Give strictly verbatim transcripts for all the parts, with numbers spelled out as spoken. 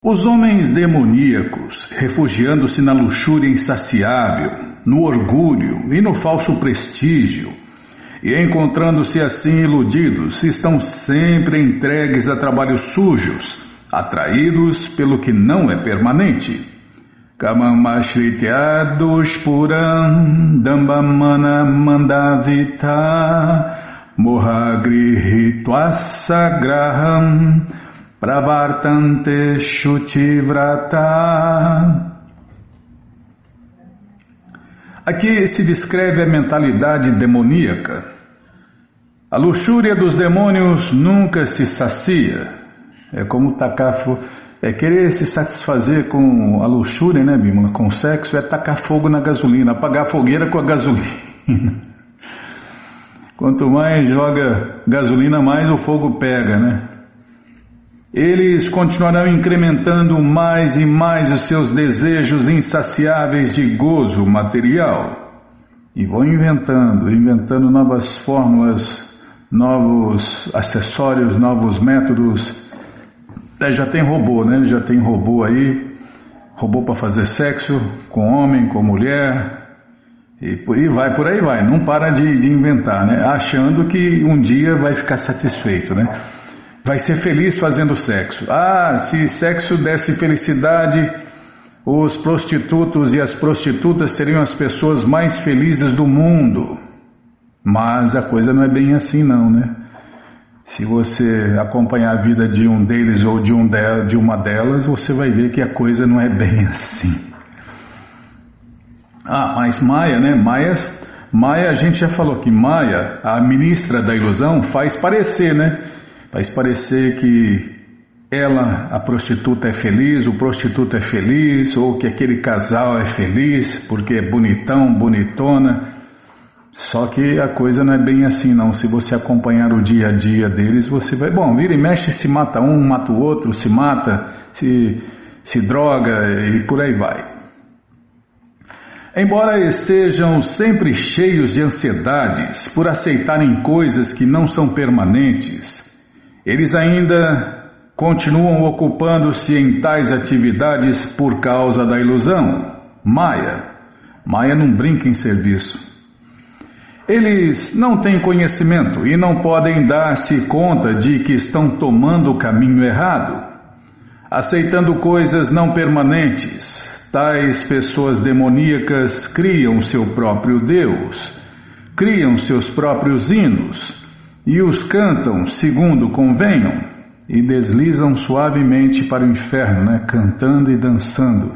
Os homens demoníacos, refugiando-se na luxúria insaciável, no orgulho e no falso prestígio, e encontrando-se assim iludidos, estão sempre entregues a trabalhos sujos, atraídos pelo que não é permanente. Kamamashritya dushpuram dambamana mandavita mohagrihitvasagraham pravartante shutivrata. Aqui se descreve a mentalidade demoníaca. A luxúria dos demônios nunca se sacia. É como tacar fogo, é querer se satisfazer com a luxúria, né, Bímola? Com o sexo é tacar fogo na gasolina, apagar a fogueira com a gasolina. Quanto mais joga gasolina, mais o fogo pega, né? Eles continuarão incrementando mais e mais os seus desejos insaciáveis de gozo material. E vão inventando, inventando novas fórmulas, novos acessórios, novos métodos. É, já tem robô, né? Já tem robô aí, robô para fazer sexo com homem, com mulher, e, e vai por aí vai, não para de, de inventar, né? Achando que um dia vai ficar satisfeito, né? Vai ser feliz fazendo sexo. Ah, se sexo desse felicidade, os prostitutos e as prostitutas seriam as pessoas mais felizes do mundo. Mas a coisa não é bem assim não, né? Se você acompanhar a vida de um deles ou de, um de, de uma delas, você vai ver que a coisa não é bem assim. Ah, mas Maia, né? Maia, Maia, a gente já falou que Maia, a ministra da ilusão, faz parecer, né? Faz parecer que ela, a prostituta, é feliz, o prostituto é feliz, ou que aquele casal é feliz porque é bonitão, bonitona. Só que a coisa não é bem assim não. Se você acompanhar o dia a dia deles, você vai... Bom, vira e mexe, se mata um, mata o outro, se mata, se, se droga e por aí vai. Embora estejam sempre cheios de ansiedades por aceitarem coisas que não são permanentes, eles ainda continuam ocupando-se em tais atividades por causa da ilusão. Maya. Maya não brinca em serviço. Eles não têm conhecimento e não podem dar-se conta de que estão tomando o caminho errado, aceitando coisas não permanentes. Tais pessoas demoníacas criam seu próprio Deus, criam seus próprios hinos e os cantam segundo convenham e deslizam suavemente para o inferno, né? Cantando e dançando.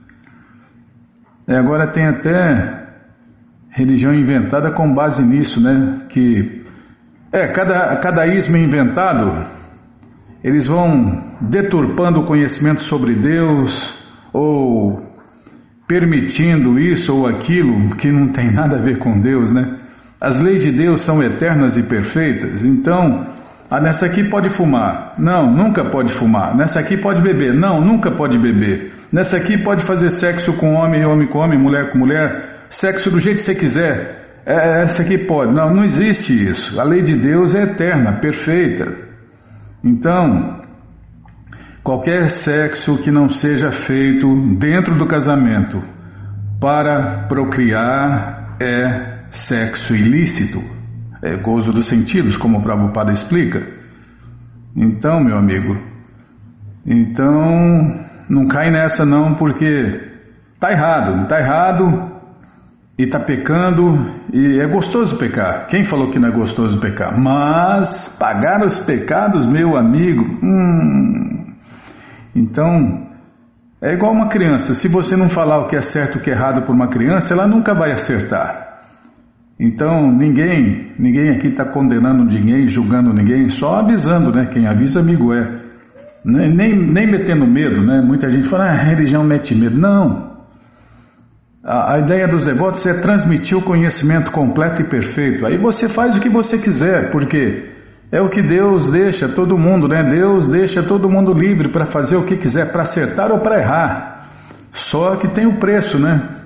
E agora tem até religião inventada com base nisso, né? Que é cada, cada ismo inventado, eles vão deturpando o conhecimento sobre Deus ou permitindo isso ou aquilo que não tem nada a ver com Deus, né? As leis de Deus são eternas e perfeitas, então, ah, nessa aqui pode fumar, não, nunca pode fumar, nessa aqui pode beber, não, nunca pode beber, nessa aqui pode fazer sexo com homem, homem com homem, mulher com mulher, sexo do jeito que você quiser, é, essa aqui pode, não, não existe isso, a lei de Deus é eterna, perfeita, então, qualquer sexo que não seja feito dentro do casamento para procriar é sexo ilícito, é gozo dos sentidos, como o Prabhupada explica. Então, meu amigo, então não cai nessa não, porque tá errado, tá errado e tá pecando, e é gostoso pecar. Quem falou que não é gostoso pecar? Mas pagar os pecados, meu amigo, hum, então é igual uma criança. Se você não falar o que é certo e o que é errado para uma criança, ela nunca vai acertar. Então ninguém, ninguém aqui está condenando ninguém, julgando ninguém, só avisando, né? Quem avisa, amigo é. Nem, nem metendo medo, né? Muita gente fala, ah, a religião mete medo. Não. A, a ideia dos devotos é transmitir o conhecimento completo e perfeito. Aí você faz o que você quiser, porque é o que Deus deixa todo mundo, né? Deus deixa todo mundo livre para fazer o que quiser, para acertar ou para errar. Só que tem o preço, né?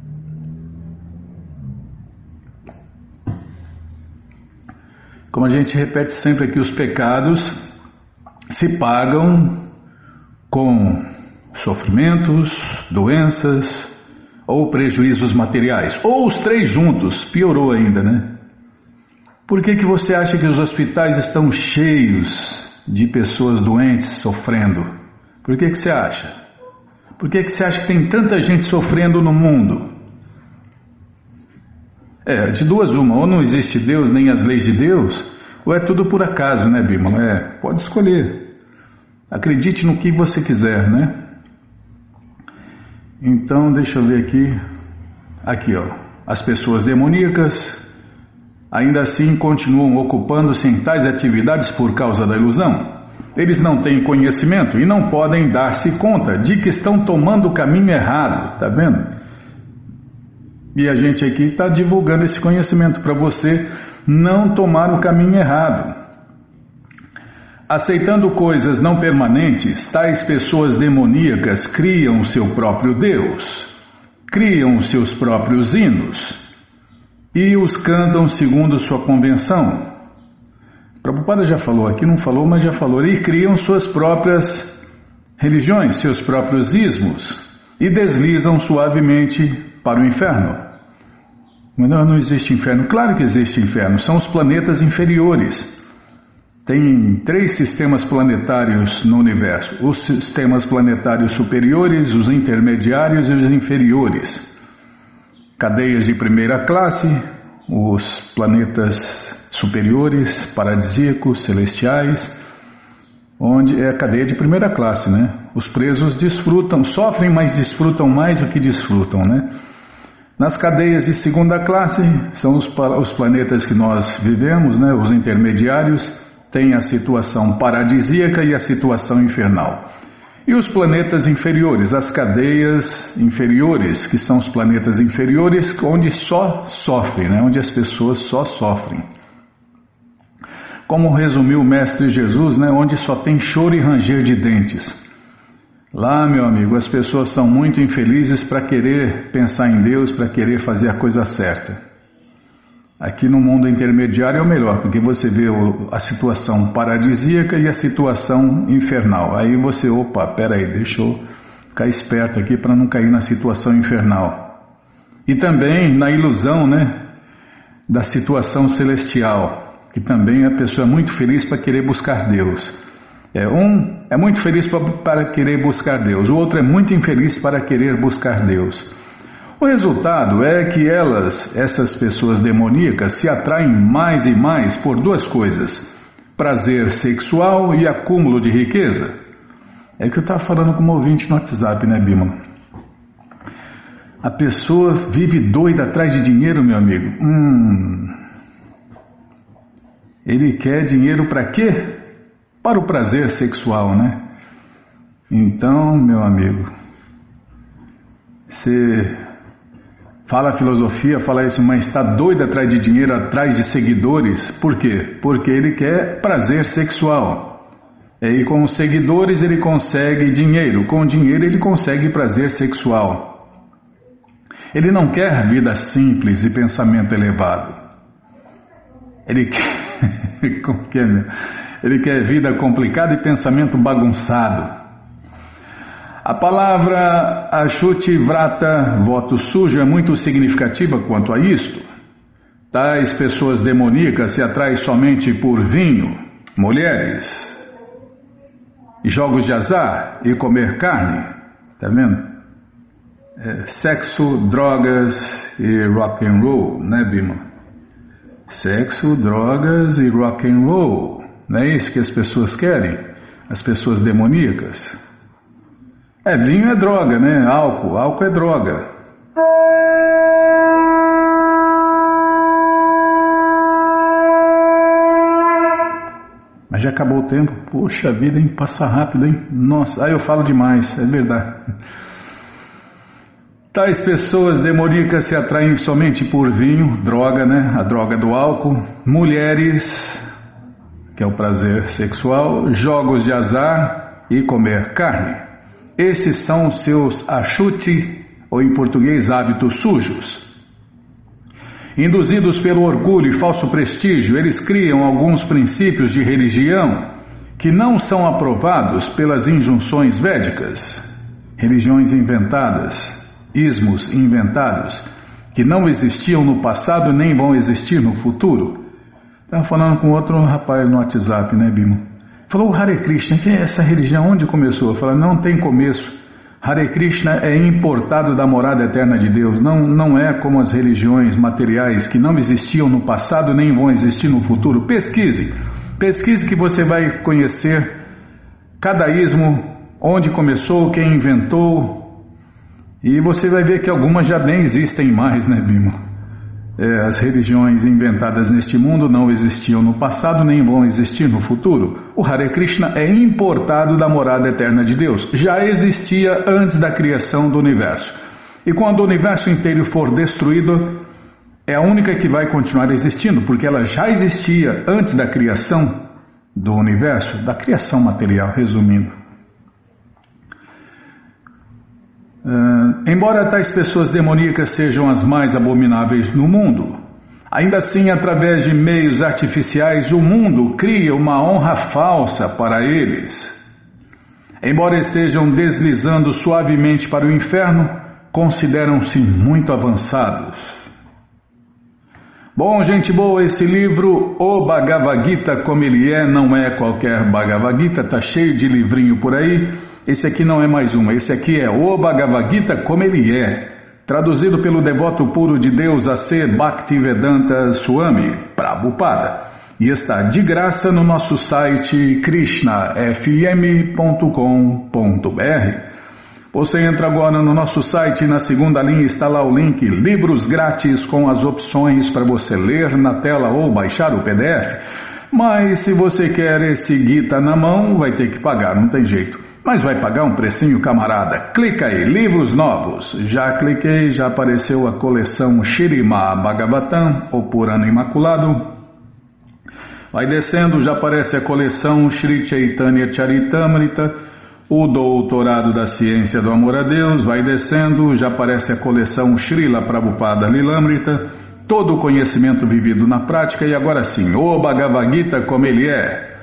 Como a gente repete sempre aqui, os pecados se pagam com sofrimentos, doenças ou prejuízos materiais, ou os três juntos, piorou ainda, né? Por que que você acha que os hospitais estão cheios de pessoas doentes sofrendo? Por que que você acha? Por que que você acha que tem tanta gente sofrendo no mundo? É, de duas uma, ou não existe Deus nem as leis de Deus, ou é tudo por acaso, né, Bímola? É, pode escolher. Acredite no que você quiser, né? Então, deixa eu ver aqui. Aqui, ó. As pessoas demoníacas ainda assim continuam ocupando-se em tais atividades por causa da ilusão. Eles não têm conhecimento e não podem dar-se conta de que estão tomando o caminho errado, tá vendo? E a gente aqui está divulgando esse conhecimento para você não tomar o caminho errado. Aceitando coisas não permanentes, tais pessoas demoníacas criam o seu próprio Deus, criam os seus próprios hinos e os cantam segundo sua convenção. Prabhupada já falou aqui, não falou, mas já falou. E criam suas próprias religiões, seus próprios ismos e deslizam suavemente para o inferno. Não, não existe inferno. Claro que existe inferno. São os planetas inferiores. Tem três sistemas planetários no universo. Os sistemas planetários superiores, os intermediários e os inferiores. Cadeias de primeira classe, os planetas superiores, paradisíacos, celestiais, onde é a cadeia de primeira classe, né? Os presos desfrutam, sofrem, mas desfrutam mais do que desfrutam, né? Nas cadeias de segunda classe, são os, os planetas que nós vivemos, né? Os intermediários, tem a situação paradisíaca e a situação infernal. E os planetas inferiores, as cadeias inferiores, que são os planetas inferiores, onde só sofrem, né? Onde as pessoas só sofrem. Como resumiu o Mestre Jesus, né? Onde só tem choro e ranger de dentes. Lá, meu amigo, as pessoas são muito infelizes para querer pensar em Deus, para querer fazer a coisa certa. Aqui no mundo intermediário é o melhor, porque você vê a situação paradisíaca e a situação infernal. Aí você, opa, peraí, deixa eu ficar esperto aqui para não cair na situação infernal. E também na ilusão, né, da situação celestial, que também a pessoa é muito feliz para querer buscar Deus. É, um é muito feliz para, para querer buscar Deus, o outro é muito infeliz para querer buscar Deus. O resultado é que elas, essas pessoas demoníacas, se atraem mais e mais por duas coisas: prazer sexual e acúmulo de riqueza. É que eu estava falando com um ouvinte no WhatsApp, né, Bima? A pessoa vive doida atrás de dinheiro, meu amigo. Hum. Ele quer dinheiro para quê? Para o prazer sexual, né? Então, meu amigo, você fala filosofia, fala isso, mas está doido atrás de dinheiro, atrás de seguidores. Por quê? Porque ele quer prazer sexual. E com os seguidores ele consegue dinheiro, com o dinheiro ele consegue prazer sexual. Ele não quer vida simples e pensamento elevado. Ele quer... Como que é, meu? Ele quer vida complicada e pensamento bagunçado. A palavra Ashuti Vrata, voto sujo, é muito significativa quanto a isto. Tais pessoas demoníacas se atraem somente por vinho, mulheres, jogos de azar e comer carne. Tá vendo? É, sexo, drogas e rock and roll, né, Bima? Sexo, drogas e rock and roll. Não é isso que as pessoas querem? As pessoas demoníacas. É, vinho é droga, né? Álcool, álcool é droga. Mas já acabou o tempo. Poxa vida, hein? Passa rápido, hein? Nossa, aí eu falo demais, é verdade. Tais pessoas demoníacas se atraem somente por vinho, droga, né? A droga do álcool, mulheres, que é o prazer sexual, jogos de azar e comer carne. Esses são os seus ashuti, ou em português, hábitos sujos. Induzidos pelo orgulho e falso prestígio, eles criam alguns princípios de religião que não são aprovados pelas injunções védicas. religiões inventadas, ismos inventados, que não existiam no passado nem vão existir no futuro. Estava falando com outro rapaz no WhatsApp, né, Bimo? Falou o Hare Krishna, que é essa religião, onde começou? Eu falei, não tem começo. Hare Krishna é importado da morada eterna de Deus, não, não é como as religiões materiais que não existiam no passado nem vão existir no futuro. Pesquise, pesquise que você vai conhecer cada ismo, onde começou, quem inventou, e você vai ver que algumas já nem existem mais, né, Bimo? É, as religiões inventadas neste mundo não existiam no passado nem vão existir no futuro. O Hare Krishna é importado da morada eterna de Deus. Já existia antes da criação do universo. E quando o universo inteiro for destruído, é a única que vai continuar existindo, porque ela já existia antes da criação do universo, da criação material, resumindo. Uh, embora tais pessoas demoníacas sejam as mais abomináveis no mundo, ainda assim, através de meios artificiais, o mundo cria uma honra falsa para eles. Embora estejam deslizando suavemente para o inferno, consideram-se muito avançados. Bom, gente boa, esse livro, O Bhagavad Gita como ele é, não é qualquer Bhagavad Gita, está cheio de livrinho por aí. Esse aqui não é mais um, esse aqui é O Bhagavad Gita como ele é, traduzido pelo devoto puro de Deus a ser Bhaktivedanta Swami Prabhupada, e está de graça no nosso site krishna f m ponto com ponto b r. Você entra agora no nosso site e na segunda linha está lá o link Livros Grátis com as opções para você ler na tela ou baixar o P D F. Mas se você quer esse Gita na mão, vai ter que pagar, não tem jeito. Mas vai pagar um precinho, camarada. Clica aí, livros novos. Já cliquei, já apareceu a coleção Shirima Bhagavatam, o Purana Imaculado. Vai descendo, já aparece a coleção Shri Chaitanya Charitamrita, o Doutorado da Ciência do Amor a Deus. Vai descendo, já aparece a coleção Srila Prabhupada Lilamrita, todo o conhecimento vivido na prática. E agora sim, o Bhagavad Gita como ele é.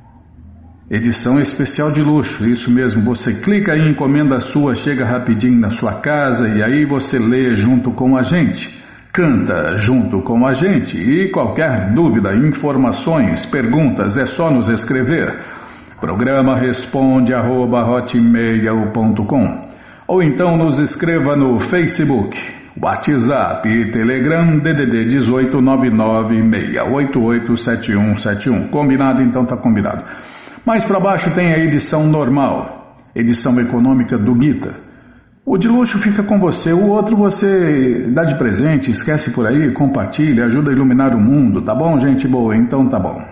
Edição especial de luxo, isso mesmo, você clica aí, encomenda a sua, chega rapidinho na sua casa e aí você lê junto com a gente, canta junto com a gente e qualquer dúvida, informações, perguntas, é só nos escrever. Programa responde arroba hotmail ponto com ou então nos escreva no Facebook, WhatsApp e Telegram D D D dezoito nove nove seis oito oito sete um sete um. Combinado? Então tá combinado. Mais para baixo tem a edição normal, edição econômica do Gita. O de luxo fica com você, o outro você dá de presente, esquece por aí, compartilha, ajuda a iluminar o mundo, tá bom, gente boa? Então tá bom.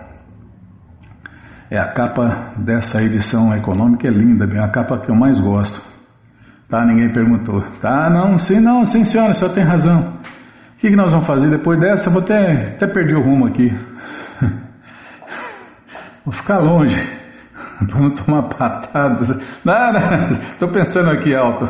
É a capa dessa edição econômica, é linda, é a capa que eu mais gosto. Tá, ninguém perguntou. Tá, não, sim, não, sim senhora, só tem razão. O que, que nós vamos fazer depois dessa? Vou até, até perder o rumo aqui. Vou ficar longe. Para não tomar patadas. Não, não, estou pensando aqui alto.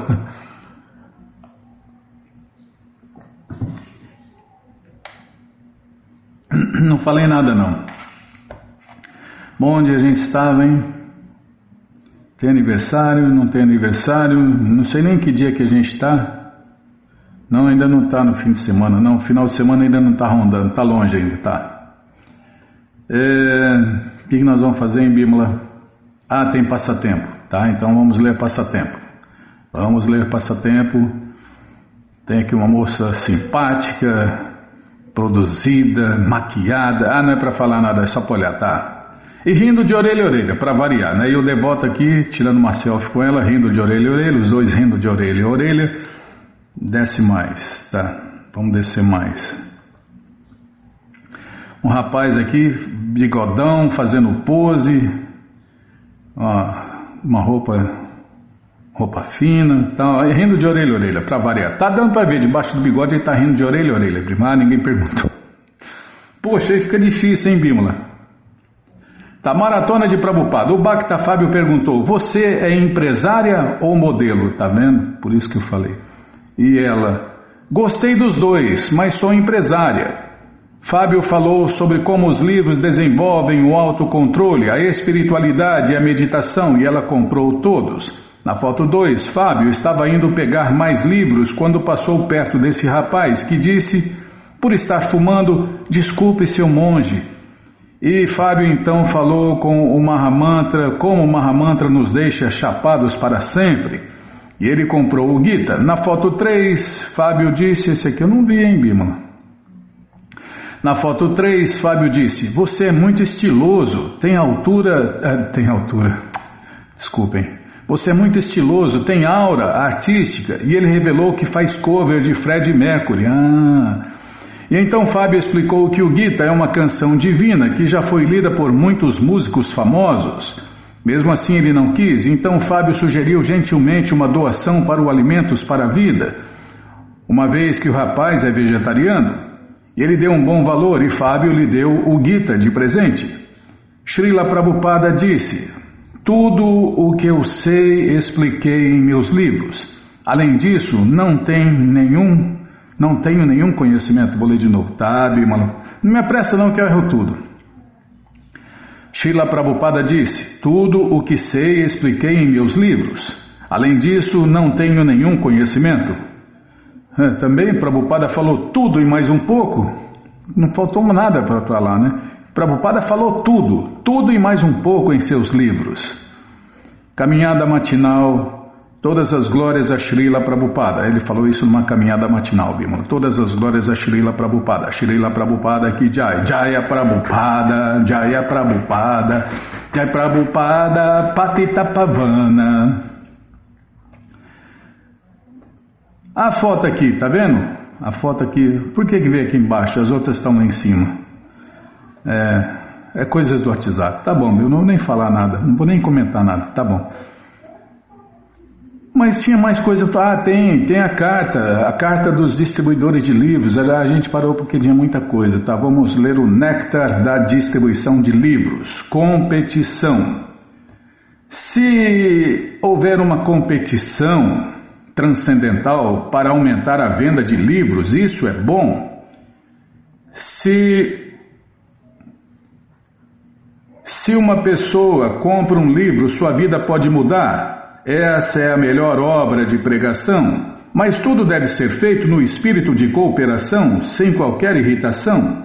Não falei nada não. Bom, onde a gente estava, hein? Tem aniversário, não tem aniversário, não sei nem que dia que a gente está. Não, ainda não está no fim de semana, não, final de semana ainda não está rondando, está longe ainda, tá? É, o que nós vamos fazer em Bímola? Ah, tem passatempo, tá? Então vamos ler passatempo. Vamos ler passatempo. Tem aqui uma moça simpática, produzida, maquiada. Ah, não é para falar nada, é só para olhar, tá? E rindo de orelha a orelha, para variar, né? E o devoto aqui, tirando uma selfie com ela, rindo de orelha a orelha, os dois rindo de orelha a orelha. Desce mais, tá? Vamos descer mais. Um rapaz aqui, bigodão, fazendo pose, ó, uma roupa, roupa fina, tá? Rindo de orelha a orelha, para variar. Tá dando para ver, debaixo do bigode ele tá rindo de orelha a orelha, ah, ninguém perguntou. Poxa, aí fica difícil, hein, Bímola? Tá, maratona de Prabhupada. O Bhakta Fábio perguntou, você é empresária ou modelo? Tá vendo? Por isso que eu falei. E ela, gostei dos dois, mas sou empresária. Fábio falou sobre como os livros desenvolvem o autocontrole, a espiritualidade e a meditação, e ela comprou todos. Na foto dois, Fábio estava indo pegar mais livros quando passou perto desse rapaz que disse, por estar fumando, desculpe seu monge. E Fábio então falou com o Mahamantra, como o Mahamantra nos deixa chapados para sempre. E ele comprou o Gita. Na foto três, Fábio disse, esse aqui eu não vi, hein, Bímola? Na foto três, Fábio disse, você é muito estiloso, tem altura... É, tem altura, desculpem. Você é muito estiloso, tem aura artística. E ele revelou que faz cover de Freddie Mercury. Ah... E então Fábio explicou que o Gita é uma canção divina que já foi lida por muitos músicos famosos. Mesmo assim ele não quis, então Fábio sugeriu gentilmente uma doação para o Alimentos para a Vida, uma vez que o rapaz é vegetariano. Ele deu um bom valor e Fábio lhe deu o Gita de presente. Srila Prabhupada disse, tudo o que eu sei expliquei em meus livros. Além disso, não tem nenhum... Não tenho nenhum conhecimento, vou ler de novo, tá, Bímola? Não me apressa não que eu erro tudo. Srila Prabhupada disse, tudo o que sei expliquei em meus livros. Além disso, não tenho nenhum conhecimento. É, também Prabhupada falou tudo e mais um pouco. Não faltou nada para falar, né? Prabhupada falou tudo, tudo e mais um pouco em seus livros. Caminhada matinal... Todas as glórias a Srila Prabhupada. Ele falou isso numa caminhada matinal, Bímola. Todas as glórias a Srila Prabhupada. Srila Prabhupada que Jai. Jaya Prabhupada, Jaya Prabhupada, Jaya Prabhupada, Patita Pavana. A foto aqui, tá vendo? A foto aqui. Por que que veio aqui embaixo? As outras estão lá em cima. É, é coisas do WhatsApp. Tá bom, eu não vou nem falar nada. Não vou nem comentar nada. Tá bom. Mas tinha mais coisa, ah, tem, tem a carta, a carta dos distribuidores de livros, a gente parou porque tinha muita coisa, tá? Vamos ler o néctar da distribuição de livros, competição. Se houver uma competição transcendental para aumentar a venda de livros, isso é bom. Se, se uma pessoa compra um livro, sua vida pode mudar. Essa é a melhor obra de pregação, mas tudo deve ser feito no espírito de cooperação, sem qualquer irritação.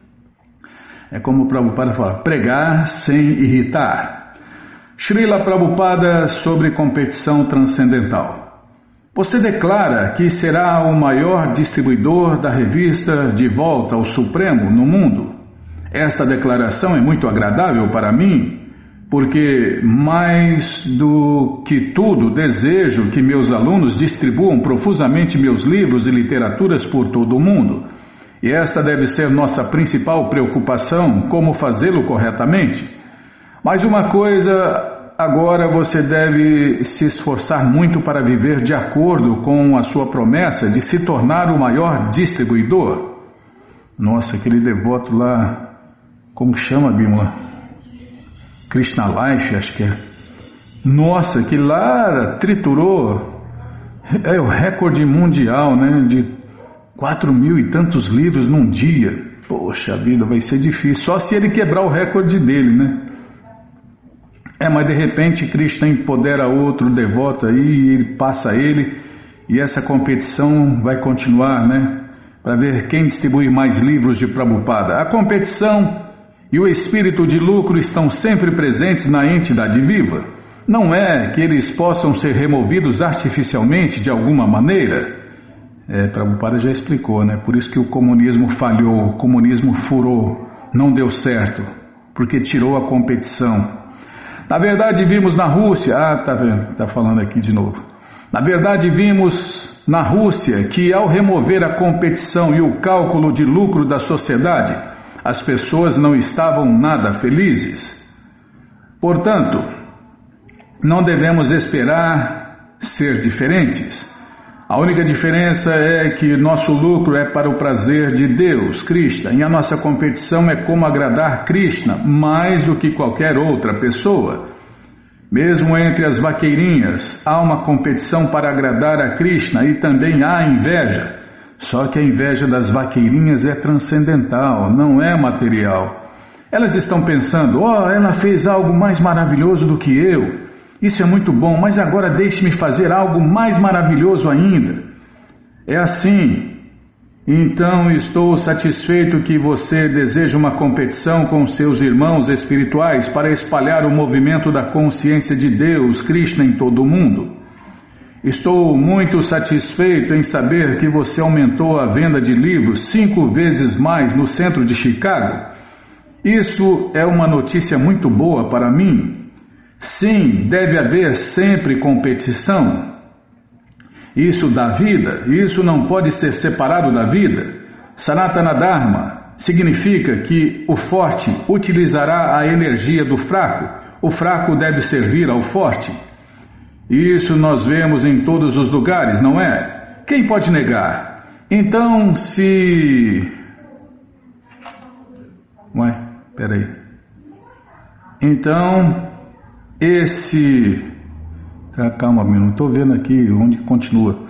É como o Prabhupada fala, pregar sem irritar. Srila Prabhupada sobre competição transcendental. Você declara que será o maior distribuidor da revista De Volta ao Supremo no mundo. Esta declaração é muito agradável para mim, porque mais do que tudo desejo que meus alunos distribuam profusamente meus livros e literaturas por todo o mundo. E essa deve ser nossa principal preocupação, como fazê-lo corretamente. Mas uma coisa, agora você deve se esforçar muito para viver de acordo com a sua promessa de se tornar o maior distribuidor. Nossa, aquele devoto lá, como chama, Bímola? Krishna Life, acho que é. Nossa, que lá triturou, é o recorde mundial, né, de quatro mil e tantos livros num dia. Poxa vida, vai ser difícil, só se ele quebrar o recorde dele, né? É, mas de repente Krishna empodera outro devoto aí, e ele passa ele, e essa competição vai continuar, né? Para ver quem distribui mais livros de Prabhupada. A competição e o espírito de lucro estão sempre presentes na entidade viva. Não é que eles possam ser removidos artificialmente de alguma maneira. É, Prabhupada já explicou, né? Por isso que o comunismo falhou, o comunismo furou, não deu certo, porque tirou a competição. Na verdade vimos na Rússia, ah, tá vendo, tá falando aqui de novo. Na verdade vimos na Rússia que ao remover a competição e o cálculo de lucro da sociedade, as pessoas não estavam nada felizes. Portanto, não devemos esperar ser diferentes. A única diferença é que nosso lucro é para o prazer de Deus, Krishna, e a nossa competição é como agradar Krishna mais do que qualquer outra pessoa. Mesmo entre as vaqueirinhas, há uma competição para agradar a Krishna e também há inveja. Só que a inveja das vaqueirinhas é transcendental, não é material. Elas estão pensando, oh, ela fez algo mais maravilhoso do que eu. Isso é muito bom, mas agora deixe-me fazer algo mais maravilhoso ainda. É assim. Então estou satisfeito que você deseja uma competição com seus irmãos espirituais para espalhar o movimento da consciência de Deus, Krishna, em todo o mundo. Estou muito satisfeito em saber que você aumentou a venda de livros cinco vezes mais no centro de Chicago. Isso é uma notícia muito boa para mim. Sim, deve haver sempre competição. Isso dá vida, isso não pode ser separado da vida. Sanatana Dharma significa que o forte utilizará a energia do fraco, o fraco deve servir ao forte. Isso nós vemos em todos os lugares, não é? Quem pode negar? Então, se... Ué, peraí. Então, esse... Tá, calma, meu, não estou vendo aqui onde continua.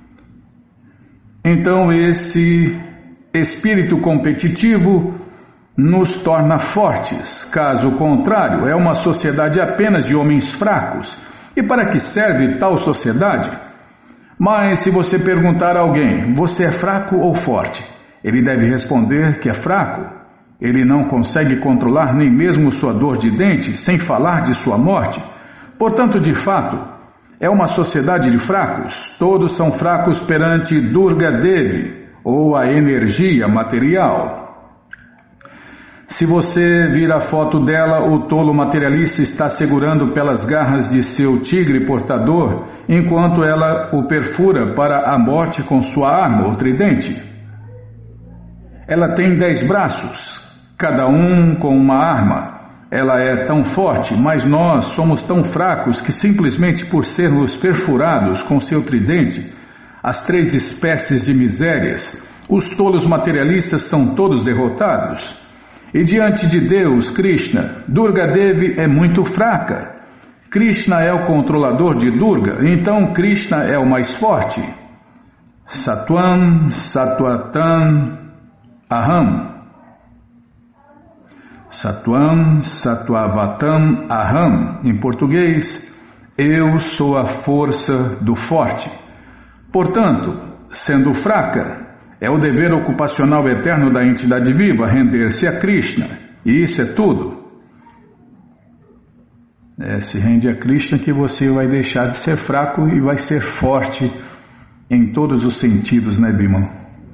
Então, esse espírito competitivo nos torna fortes. Caso contrário, é uma sociedade apenas de homens fracos. E para que serve tal sociedade? Mas se você perguntar a alguém, você é fraco ou forte? Ele deve responder que é fraco. Ele não consegue controlar nem mesmo sua dor de dente, sem falar de sua morte. Portanto, de fato, é uma sociedade de fracos. Todos são fracos perante Durga Devi, ou a energia material. Se você vir a foto dela, o tolo materialista está segurando pelas garras de seu tigre portador, enquanto ela o perfura para a morte com sua arma, o tridente. Ela tem dez braços, cada um com uma arma. Ela é tão forte, mas nós somos tão fracos que simplesmente por sermos perfurados com seu tridente, as três espécies de misérias, os tolos materialistas são todos derrotados. E diante de Deus, Krishna, Durga Devi é muito fraca. Krishna é o controlador de Durga, então Krishna é o mais forte. Satvam, Satvatam, Aham. Satvam, Satvavatam, Aham. Em português, eu sou a força do forte. Portanto, sendo fraca, é o dever ocupacional eterno da entidade viva render-se a Krishna. E isso é tudo. É, se rende a Krishna que você vai deixar de ser fraco e vai ser forte em todos os sentidos, né, Bimala?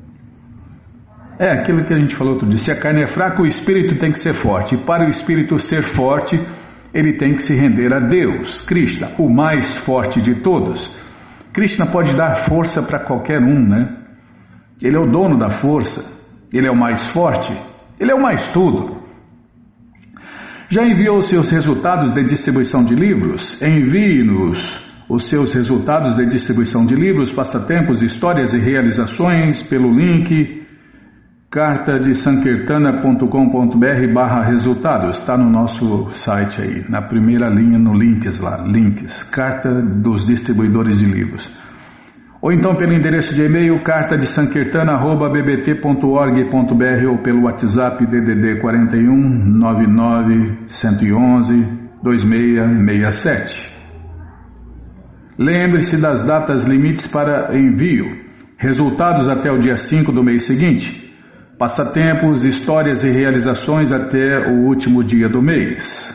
É aquilo que a gente falou outro dia. Se a carne é fraca, o espírito tem que ser forte. E para o espírito ser forte, ele tem que se render a Deus, Krishna, o mais forte de todos. Krishna pode dar força para qualquer um, né? Ele é o dono da força, ele é o mais forte, ele é o mais tudo. Já enviou seus resultados de distribuição de livros? Envie-nos os seus resultados de distribuição de livros, passatempos, histórias e realizações pelo link carta de sankirtana ponto com ponto br barra resultados. Está no nosso site aí, na primeira linha no links lá, links, carta dos distribuidores de livros. Ou então pelo endereço de e-mail carta de sankirtana arroba b b t ponto org ponto b r ou pelo WhatsApp D D D quarenta e um, nove nove, um um um, dois seis seis sete. Lembre-se das datas limites para envio. Resultados até o dia cinco do mês seguinte. Passatempos, histórias e realizações até o último dia do mês.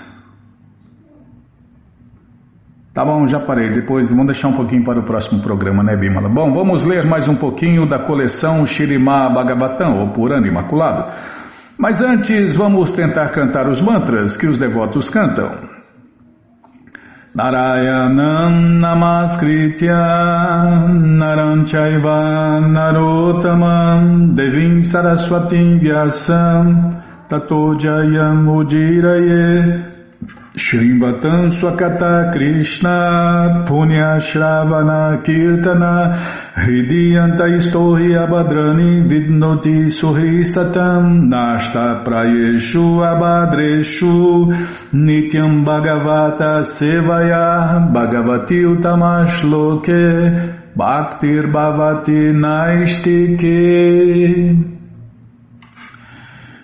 Tá bom, já parei. Depois vamos deixar um pouquinho para o próximo programa, né, Bimala? Bom, vamos ler mais um pouquinho da coleção Shrimad Bhagavatam, ou Purana Imaculado. Mas antes, vamos tentar cantar os mantras que os devotos cantam. Narayanam Namaskritya Naram Chaiva Narotamam Devim Saraswatim Vyasam Tato Jayam Udiraye Shrimvatam Swakata Krishna Punya Shravana Kirtana Hridiyanta Istohi Abhadrani Vidnoti Suhi Satam Nashta Prayeshu Abhadreshu Nityam Bhagavata Sevaya Bhagavati Utamashloke Bhaktir Bhavati Naistike.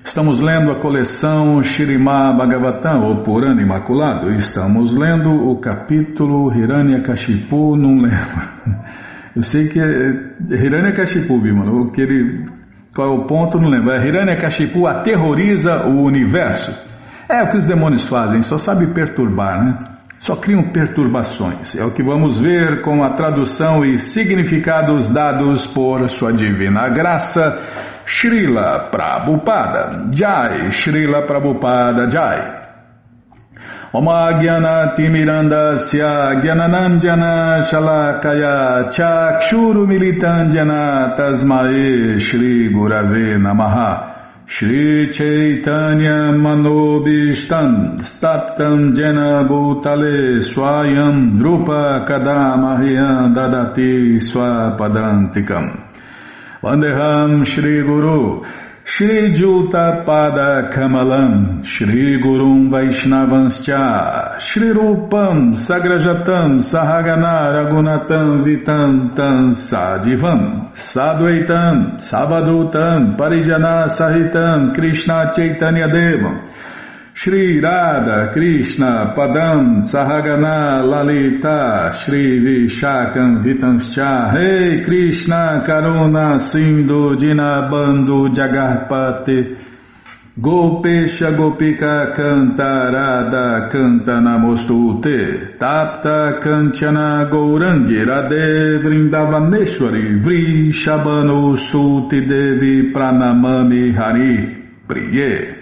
Estamos lendo a coleção Śrīmad Bhagavatam, ou Purana Imaculado. Estamos lendo o capítulo Hiranyakashipu, não lembro. Eu sei que é Hiranyakashipu, mano. O que ele, qual é o ponto, não lembro. É Hiranyakashipu aterroriza o universo. É o que os demônios fazem, só sabe perturbar, né? Só criam perturbações. É o que vamos ver com a tradução e significados dados por sua divina graça, Srila Prabhupada Jai, Srila Prabhupada Jai. Oma Gyanati Mirandasya Gyananandjana Shalakaya Chakshuru Militandjana Tasmae Shri Gurave Namaha Shri Chaitanya Manobishtam Staptam Jena Bhutale Swayam Drupa Kadamahyam Dadati Swapadantikam Vandeham Shri Guru Shri Juta Pada Kamalam Shri Gurum Vaishnavanscha Shri Rupam Sagrajatam Sahagana Ragunatam Vitam Tam Sadivam Sadvaitam Savadutam Parijana Sahitam Krishna Chaitanya Devam Shri Radha Krishna Padam Sahagana Lalita Shri Vishakam Vitanscha Rei Krishna Karuna Sindhu Dinabandhu Jagarpate Gopesha Gopika Canta Radha Canta Namostute Tapta Kanchana Gourangi Radhe Vrindavaneshwari Vri Shabano Suti Devi Pranamami Hari Priye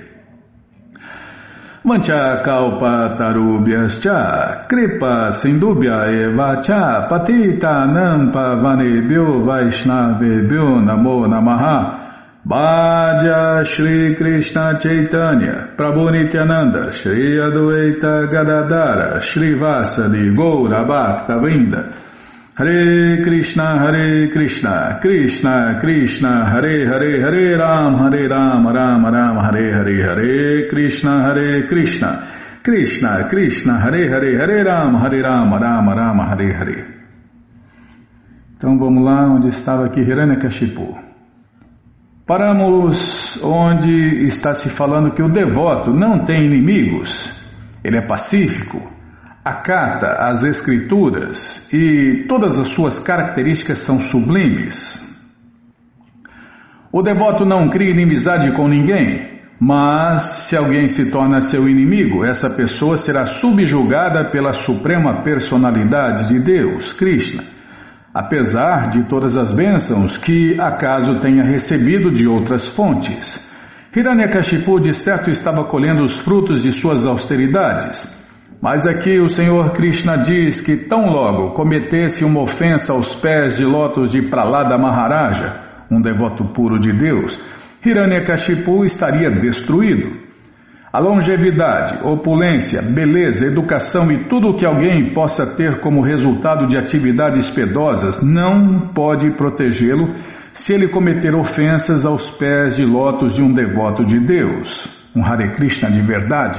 Mancha kalpa tarubhyascha, kripa sindubhya evacha, patita nampa vanebhyo vaishnavebhyo namo namaha, Bhaja Shri Krishna Chaitanya, Prabhu Nityananda, Shri Adwaita Gadadara, Shri Vasadi Goura Bhakta Vrinda, Hare Krishna, Hare Krishna, Krishna Krishna, Hare Hare, Hare Ram, Hare Ram, Ram Ram, Hare Hare, Hare Krishna, Hare Krishna, Krishna Krishna, Hare Hare, Hare Ram, Hare Ram, Ram Ram, Hare Hare. Então vamos lá, onde estava aqui Hiranyakashipu. Paramos onde está se falando que o devoto não tem inimigos, ele é pacífico, acata as escrituras e todas as suas características são sublimes. O devoto não cria inimizade com ninguém, mas se alguém se torna seu inimigo, essa pessoa será subjugada pela suprema personalidade de Deus, Krishna, apesar de todas as bênçãos que acaso tenha recebido de outras fontes. Hiranyakashipu de certo estava colhendo os frutos de suas austeridades. Mas aqui o Senhor Krishna diz que tão logo cometesse uma ofensa aos pés de lótus de Prahlada Maharaja, um devoto puro de Deus, Hiranyakashipu estaria destruído. A longevidade, opulência, beleza, educação e tudo o que alguém possa ter como resultado de atividades piedosas não pode protegê-lo se ele cometer ofensas aos pés de lótus de um devoto de Deus, um Hare Krishna de verdade.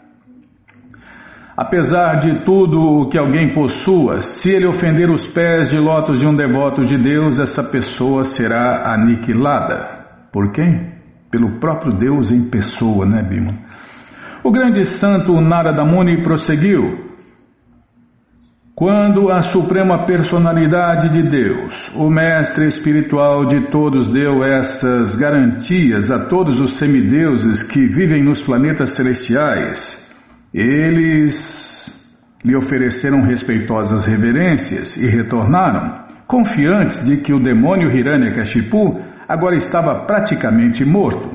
Apesar de tudo o que alguém possua, se ele ofender os pés de lótus de um devoto de Deus, essa pessoa será aniquilada. Por quem? Pelo próprio Deus em pessoa, né, Bima? O grande santo Narada Muni prosseguiu. Quando a suprema personalidade de Deus, o mestre espiritual de todos, deu essas garantias a todos os semideuses que vivem nos planetas celestiais, eles lhe ofereceram respeitosas reverências e retornaram, confiantes de que o demônio Hiranyakashipu agora estava praticamente morto.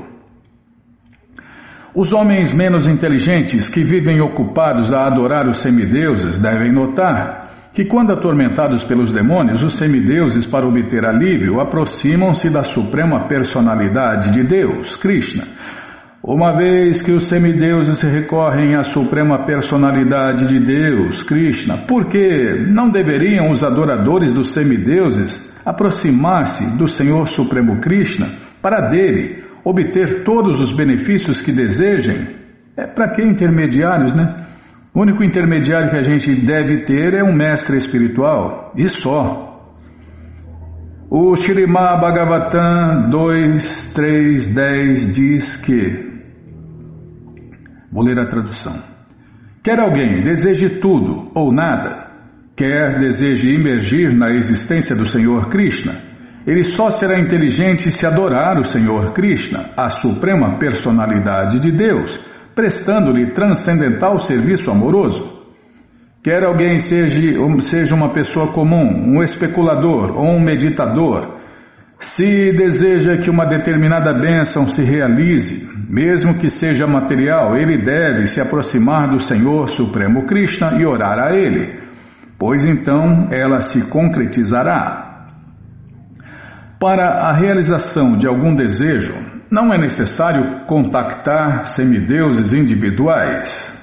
Os homens menos inteligentes que vivem ocupados a adorar os semideuses devem notar que, quando atormentados pelos demônios, os semideuses, para obter alívio, aproximam-se da suprema personalidade de Deus, Krishna. Uma vez que os semideuses recorrem à suprema personalidade de Deus, Krishna, por que não deveriam os adoradores dos semideuses aproximar-se do Senhor Supremo Krishna para dele obter todos os benefícios que desejem? É para que intermediários, né? O único intermediário que a gente deve ter é um mestre espiritual, e só. O Śrīmad Bhagavatam dois, três, dez diz que, vou ler a tradução, quer alguém deseje tudo ou nada, quer deseje imergir na existência do Senhor Krishna, ele só será inteligente se adorar o Senhor Krishna, a suprema personalidade de Deus, prestando-lhe transcendental serviço amoroso. Quer alguém seja, seja uma pessoa comum, um especulador ou um meditador, se deseja que uma determinada bênção se realize, mesmo que seja material, ele deve se aproximar do Senhor Supremo Krishna e orar a Ele, pois então ela se concretizará. Para a realização de algum desejo, não é necessário contactar semideuses individuais.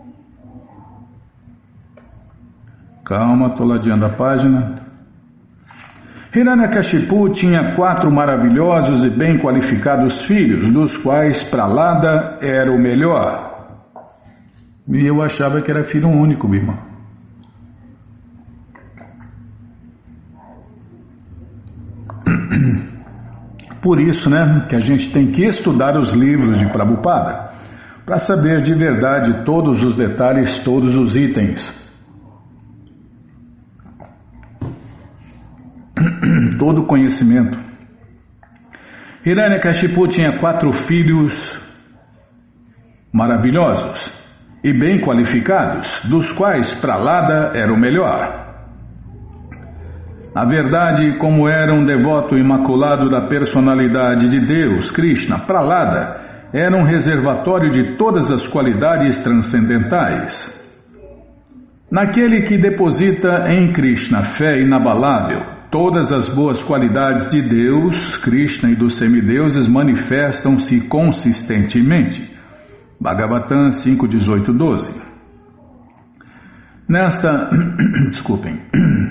Calma, estou ladeando a página. Hiranyakashipu tinha quatro maravilhosos e bem qualificados filhos, dos quais Pralada era o melhor. E eu achava que era filho único, Bima. Por isso, né, que a gente tem que estudar os livros de Prabhupada, para saber de verdade todos os detalhes, todos os itens. Todo o conhecimento. Hiranyakashipu tinha quatro filhos maravilhosos e bem qualificados, dos quais Pralada era o melhor. Na verdade, como era um devoto imaculado da personalidade de Deus, Krishna, Pralada era um reservatório de todas as qualidades transcendentais. Naquele que deposita em Krishna fé inabalável, todas as boas qualidades de Deus, Krishna e dos semideuses manifestam-se consistentemente. Bhagavatam cinco, dezoito, doze. Nesta, desculpem,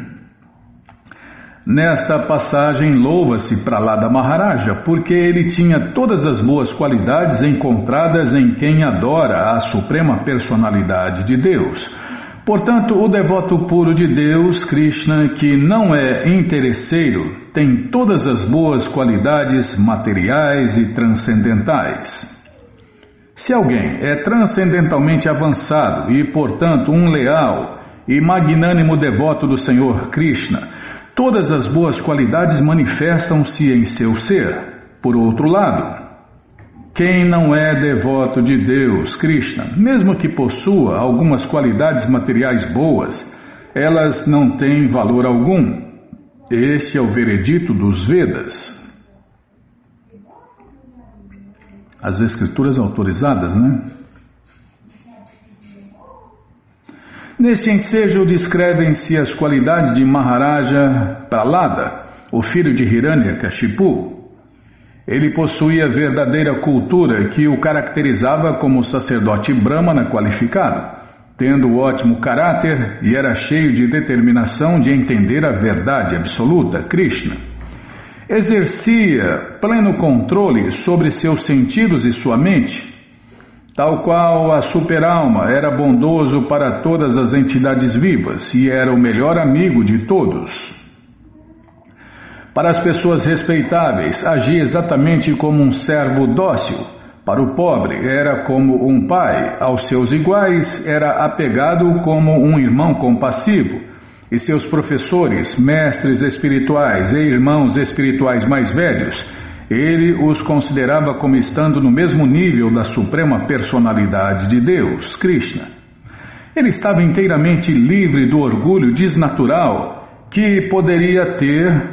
nesta passagem louva-se Pralada Maharaja, porque ele tinha todas as boas qualidades encontradas em quem adora a suprema personalidade de Deus. Portanto, o devoto puro de Deus, Krishna, que não é interesseiro, tem todas as boas qualidades materiais e transcendentais. Se alguém é transcendentalmente avançado e, portanto, um leal e magnânimo devoto do Senhor Krishna, todas as boas qualidades manifestam-se em seu ser. Por outro lado, quem não é devoto de Deus, Krishna, mesmo que possua algumas qualidades materiais boas, elas não têm valor algum. Este é o veredito dos Vedas. As escrituras autorizadas, né? Neste ensejo descrevem-se as qualidades de Maharaja Pralada, o filho de Hiranyakashipu. Ele possuía verdadeira cultura que o caracterizava como sacerdote brahmana qualificado, tendo ótimo caráter e era cheio de determinação de entender a verdade absoluta, Krishna. Exercia pleno controle sobre seus sentidos e sua mente, tal qual a superalma era bondoso para todas as entidades vivas e era o melhor amigo de todos. Para as pessoas respeitáveis, agia exatamente como um servo dócil. Para o pobre, era como um pai. Aos seus iguais, era apegado como um irmão compassivo. E seus professores, mestres espirituais e irmãos espirituais mais velhos, ele os considerava como estando no mesmo nível da suprema personalidade de Deus, Krishna. Ele estava inteiramente livre do orgulho desnatural que poderia ter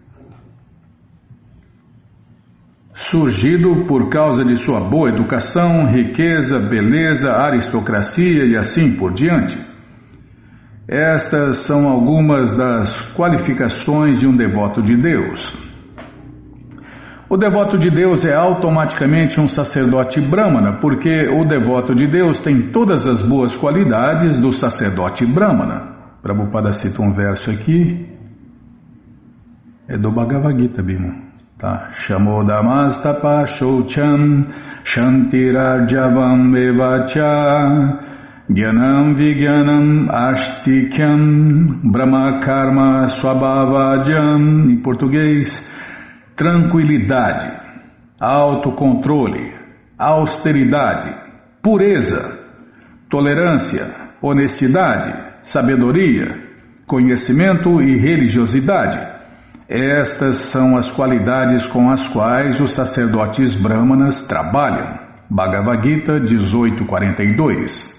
surgido por causa de sua boa educação, riqueza, beleza, aristocracia e assim por diante. Estas são algumas das qualificações de um devoto de Deus. O devoto de Deus é automaticamente um sacerdote brahmana, porque o devoto de Deus tem todas as boas qualidades do sacerdote brahmana. Prabhupada cita um verso aqui, é do Bhagavad Gita, Bima. Tá. Shamodamastapa Shoucham Shantirarjavam Evacha Gyanam Vigyanam Ashtikyam Brahma Karma Swabhavajam. Em português, tranquilidade, autocontrole, austeridade, pureza, tolerância, honestidade, sabedoria, conhecimento e religiosidade. Estas são as qualidades com as quais os sacerdotes brahmanas trabalham. Bhagavad Gita dezoito, quarenta e dois.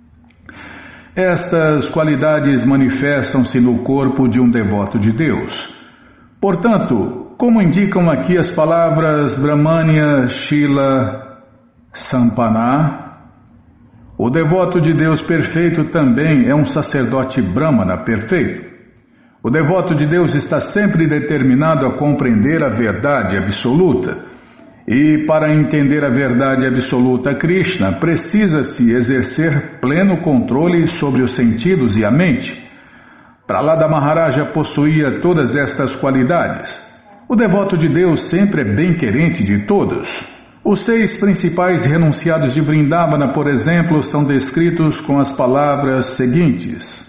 Estas qualidades manifestam-se no corpo de um devoto de Deus. Portanto, como indicam aqui as palavras Brahmanya Shila Sampanna, o devoto de Deus perfeito também é um sacerdote brahmana perfeito. O devoto de Deus está sempre determinado a compreender a verdade absoluta. E para entender a verdade absoluta Krishna, precisa-se exercer pleno controle sobre os sentidos e a mente. Prahlada Maharaja possuía todas estas qualidades. O devoto de Deus sempre é bem-querente de todos. Os seis principais renunciados de Vrindavana, por exemplo, são descritos com as palavras seguintes: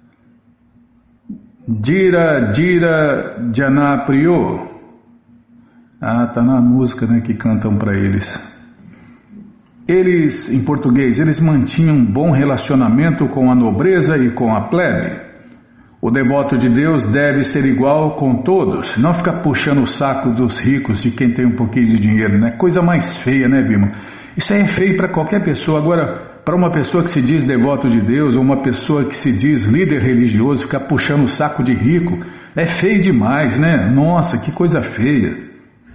Dira Dira Janapriyo. Ah, tá na música, né, que cantam para eles. Eles, em português, eles mantinham um bom relacionamento com a nobreza e com a plebe. O devoto de Deus deve ser igual com todos, não ficar puxando o saco dos ricos, de quem tem um pouquinho de dinheiro, né? Coisa mais feia, né, Bima? Isso aí é feio para qualquer pessoa. Agora, para uma pessoa que se diz devoto de Deus, ou uma pessoa que se diz líder religioso, ficar puxando o saco de rico, é feio demais, né? Nossa, que coisa feia.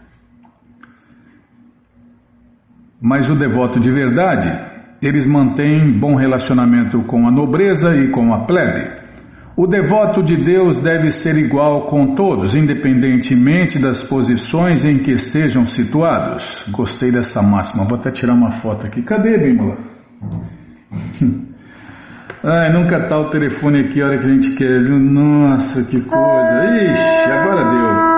Mas o devoto de verdade, eles mantêm bom relacionamento com a nobreza e com a plebe. O devoto de Deus deve ser igual com todos, independentemente das posições em que estejam situados. Gostei dessa máxima, vou até tirar uma foto aqui. Cadê, Bímola? Ai, nunca tá o telefone aqui a hora que a gente quer, viu? Nossa, que coisa. Ixi, agora deu.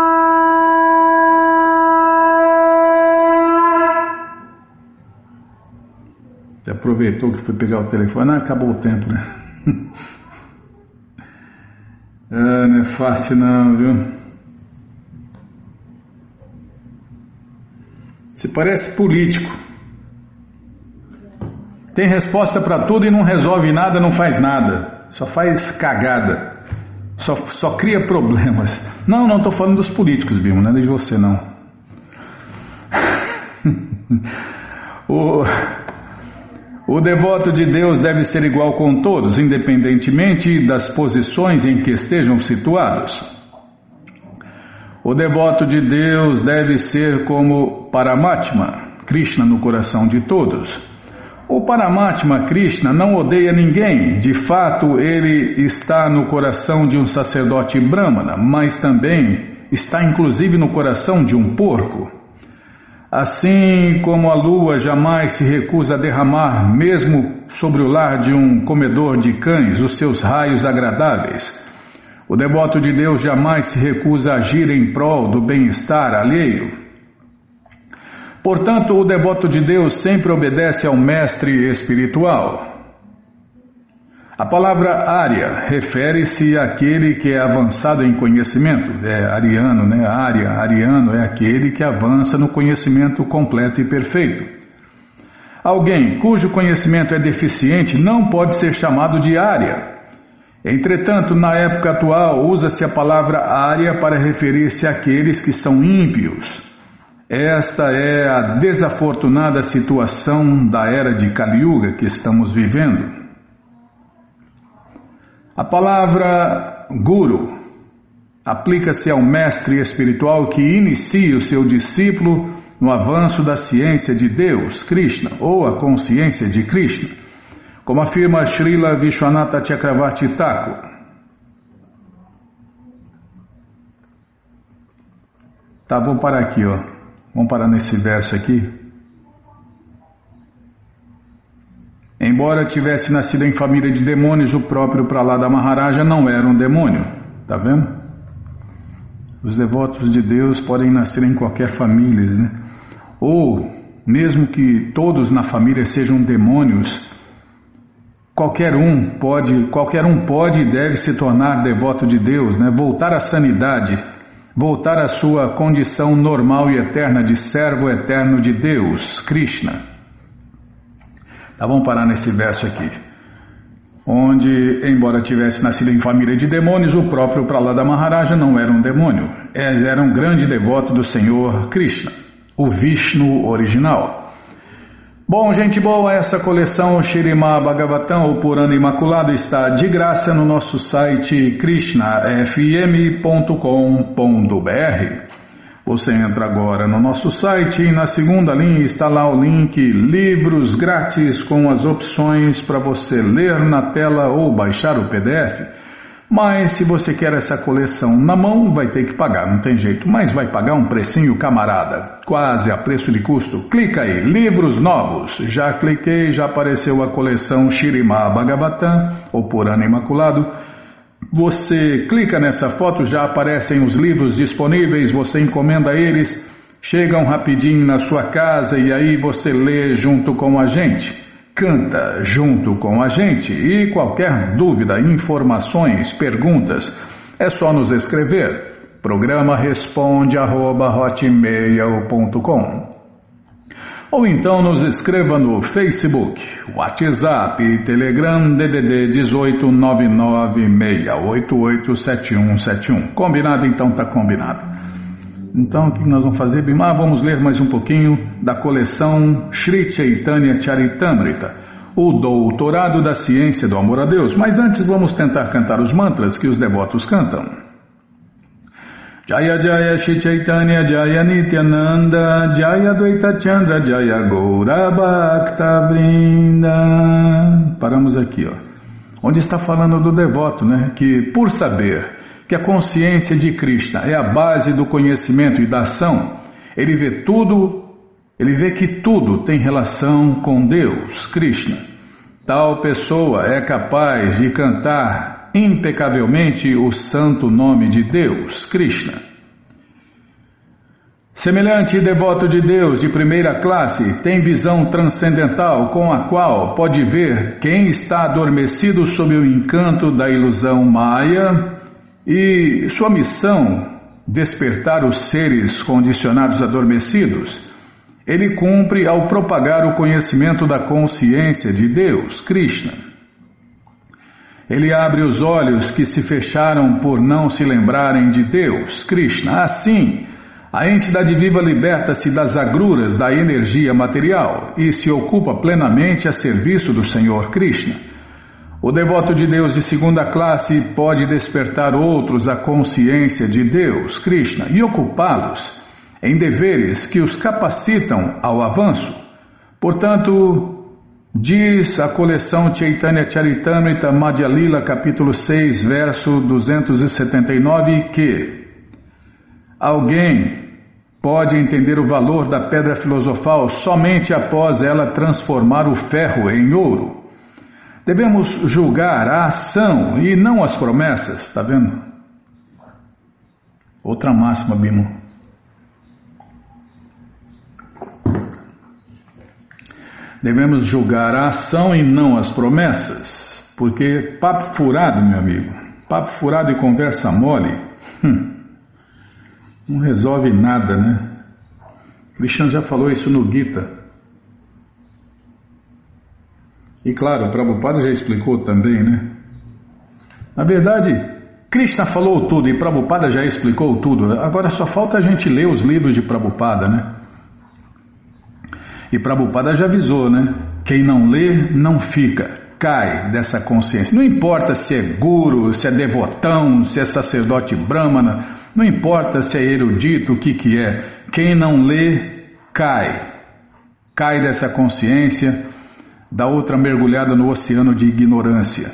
Você aproveitou que foi pegar o telefone, ah, acabou o tempo, né? Ah, não é fácil não, viu? Você parece político. Tem resposta para tudo e não resolve nada, não faz nada. Só faz cagada. Só, só cria problemas. Não, não estou falando dos políticos, Bimo, não é de você, não. o... O devoto de Deus deve ser igual com todos, independentemente das posições em que estejam situados. O devoto de Deus deve ser como Paramatma, Krishna no coração de todos. O Paramatma Krishna não odeia ninguém, de fato ele está no coração de um sacerdote brahmana, mas também está inclusive no coração de um porco. Assim como a lua jamais se recusa a derramar, mesmo sobre o lar de um comedor de cães, os seus raios agradáveis, o devoto de Deus jamais se recusa a agir em prol do bem-estar alheio. Portanto, o devoto de Deus sempre obedece ao mestre espiritual. A palavra Arya refere-se àquele que é avançado em conhecimento, é ariano, né? Arya, ariano é aquele que avança no conhecimento completo e perfeito. Alguém cujo conhecimento é deficiente não pode ser chamado de Arya. Entretanto, na época atual, usa-se a palavra Arya para referir-se àqueles que são ímpios. Esta é a desafortunada situação da era de Kali Yuga que estamos vivendo. A palavra Guru aplica-se ao mestre espiritual que inicia o seu discípulo no avanço da ciência de Deus, Krishna, ou a consciência de Krishna, como afirma Srila Vishwanatha Chakravarti Thakur. Tá, vamos parar aqui, ó. Vamos parar nesse verso aqui. Embora tivesse nascido em família de demônios, o próprio Prahlada Maharaja não era um demônio. Tá vendo? Os devotos de Deus podem nascer em qualquer família, né? Ou, mesmo que todos na família sejam demônios, qualquer um pode, qualquer um pode e deve se tornar devoto de Deus, né? Voltar à sanidade, voltar à sua condição normal e eterna de servo eterno de Deus, Krishna. Tá, vamos parar nesse verso aqui, onde, embora tivesse nascido em família de demônios, o próprio Prahlada Maharaja não era um demônio, era um grande devoto do Senhor Krishna, o Vishnu original. Bom, gente boa, essa coleção Śrīmad Bhagavatam, o Purana Imaculado, está de graça no nosso site krishna f m ponto com ponto b r. Você entra agora no nosso site e na segunda linha está lá o link Livros Grátis com as opções para você ler na tela ou baixar o P D F. Mas se você quer essa coleção na mão, vai ter que pagar, não tem jeito. Mas vai pagar um precinho, camarada, quase a preço de custo. Clica aí, livros novos. Já cliquei, já apareceu a coleção Śrīmad Bhagavatam, o Purana Imaculado. Você clica nessa foto, já aparecem os livros disponíveis, você encomenda eles, chegam rapidinho na sua casa e aí você lê junto com a gente. Canta junto com a gente e qualquer dúvida, informações, perguntas, é só nos escrever. Programa responde arroba hotmail ponto com. Ou então nos escreva no Facebook, WhatsApp, Telegram, D D D dezoito nove nove seis oito oito sete um sete um. Combinado? Então tá combinado. Então, o que nós vamos fazer, Bimá? Vamos ler mais um pouquinho da coleção Sri Chaitanya Charitamrita, o Doutorado da Ciência do Amor a Deus. Mas antes vamos tentar cantar os mantras que os devotos cantam. Jaya Jaya Shri Chaitanya Jaya Nityananda Jaya Dvaita Chandra Jaya Gaura Bhakta Vrinda. Paramos aqui, ó. Onde está falando do devoto, né? Que por saber que a consciência de Krishna é a base do conhecimento e da ação, ele vê tudo, ele vê que tudo tem relação com Deus, Krishna. Tal pessoa é capaz de cantar impecavelmente o santo nome de Deus, Krishna. Semelhante devoto de Deus de primeira classe tem visão transcendental com a qual pode ver quem está adormecido sob o encanto da ilusão Maya. E sua missão, despertar os seres condicionados adormecidos, ele cumpre ao propagar o conhecimento da consciência de Deus, Krishna. Ele abre os olhos que se fecharam por não se lembrarem de Deus, Krishna. Assim, a entidade viva liberta-se das agruras da energia material e se ocupa plenamente a serviço do Senhor Krishna. O devoto de Deus de segunda classe pode despertar outros à consciência de Deus, Krishna, e ocupá-los em deveres que os capacitam ao avanço. Portanto, diz a coleção Chaitanya Charitamrita Madhya Lila, capítulo seis, verso duzentos e setenta e nove, que alguém pode entender o valor da pedra filosofal somente após ela transformar o ferro em ouro. Devemos julgar a ação e não as promessas, está vendo? Outra máxima, Bimo. Devemos julgar a ação e não as promessas, porque papo furado, meu amigo, papo furado e conversa mole, hum, não resolve nada, né? Krishna já falou isso no Gita. E claro, o Prabhupada já explicou também, né? Na verdade, Krishna falou tudo e Prabhupada já explicou tudo. Agora só falta a gente ler os livros de Prabhupada, né? E Prabhupada já avisou, né? Quem não lê, não fica, cai dessa consciência. Não importa se é guru, se é devotão, se é sacerdote brahmana, não importa se é erudito, o que que é. Quem não lê, cai. Cai dessa consciência, dá outra mergulhada no oceano de ignorância.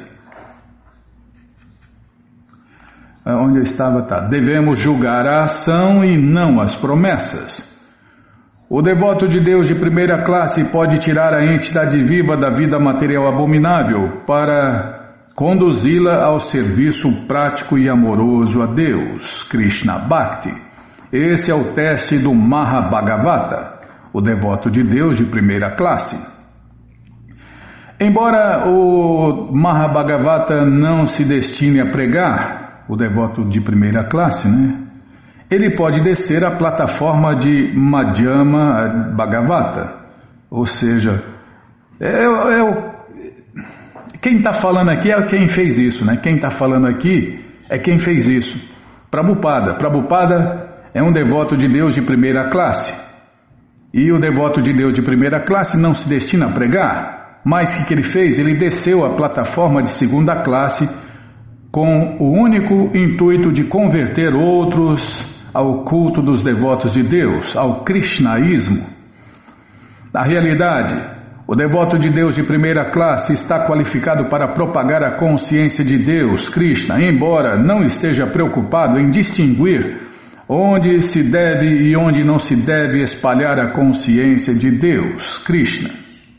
Onde eu estava, tá. Devemos julgar a ação e não as promessas. O devoto de Deus de primeira classe pode tirar a entidade viva da vida material abominável para conduzi-la ao serviço prático e amoroso a Deus, Krishna Bhakti. Esse é o teste do Mahabhagavata, o devoto de Deus de primeira classe. Embora o Mahabhagavata não se destine a pregar, o devoto de primeira classe, né? Ele pode descer a plataforma de Madhyama Bhagavata, ou seja, é, é o, quem está falando aqui é quem fez isso, né? Quem está falando aqui é quem fez isso. Prabhupada. Prabhupada é um devoto de Deus de primeira classe. E o devoto de Deus de primeira classe não se destina a pregar. Mas o que, que ele fez? Ele desceu a plataforma de segunda classe com o único intuito de converter outros ao culto dos devotos de Deus, ao Krishnaísmo. Na realidade, o devoto de Deus de primeira classe está qualificado para propagar a consciência de Deus, Krishna, embora não esteja preocupado em distinguir onde se deve e onde não se deve espalhar a consciência de Deus, Krishna.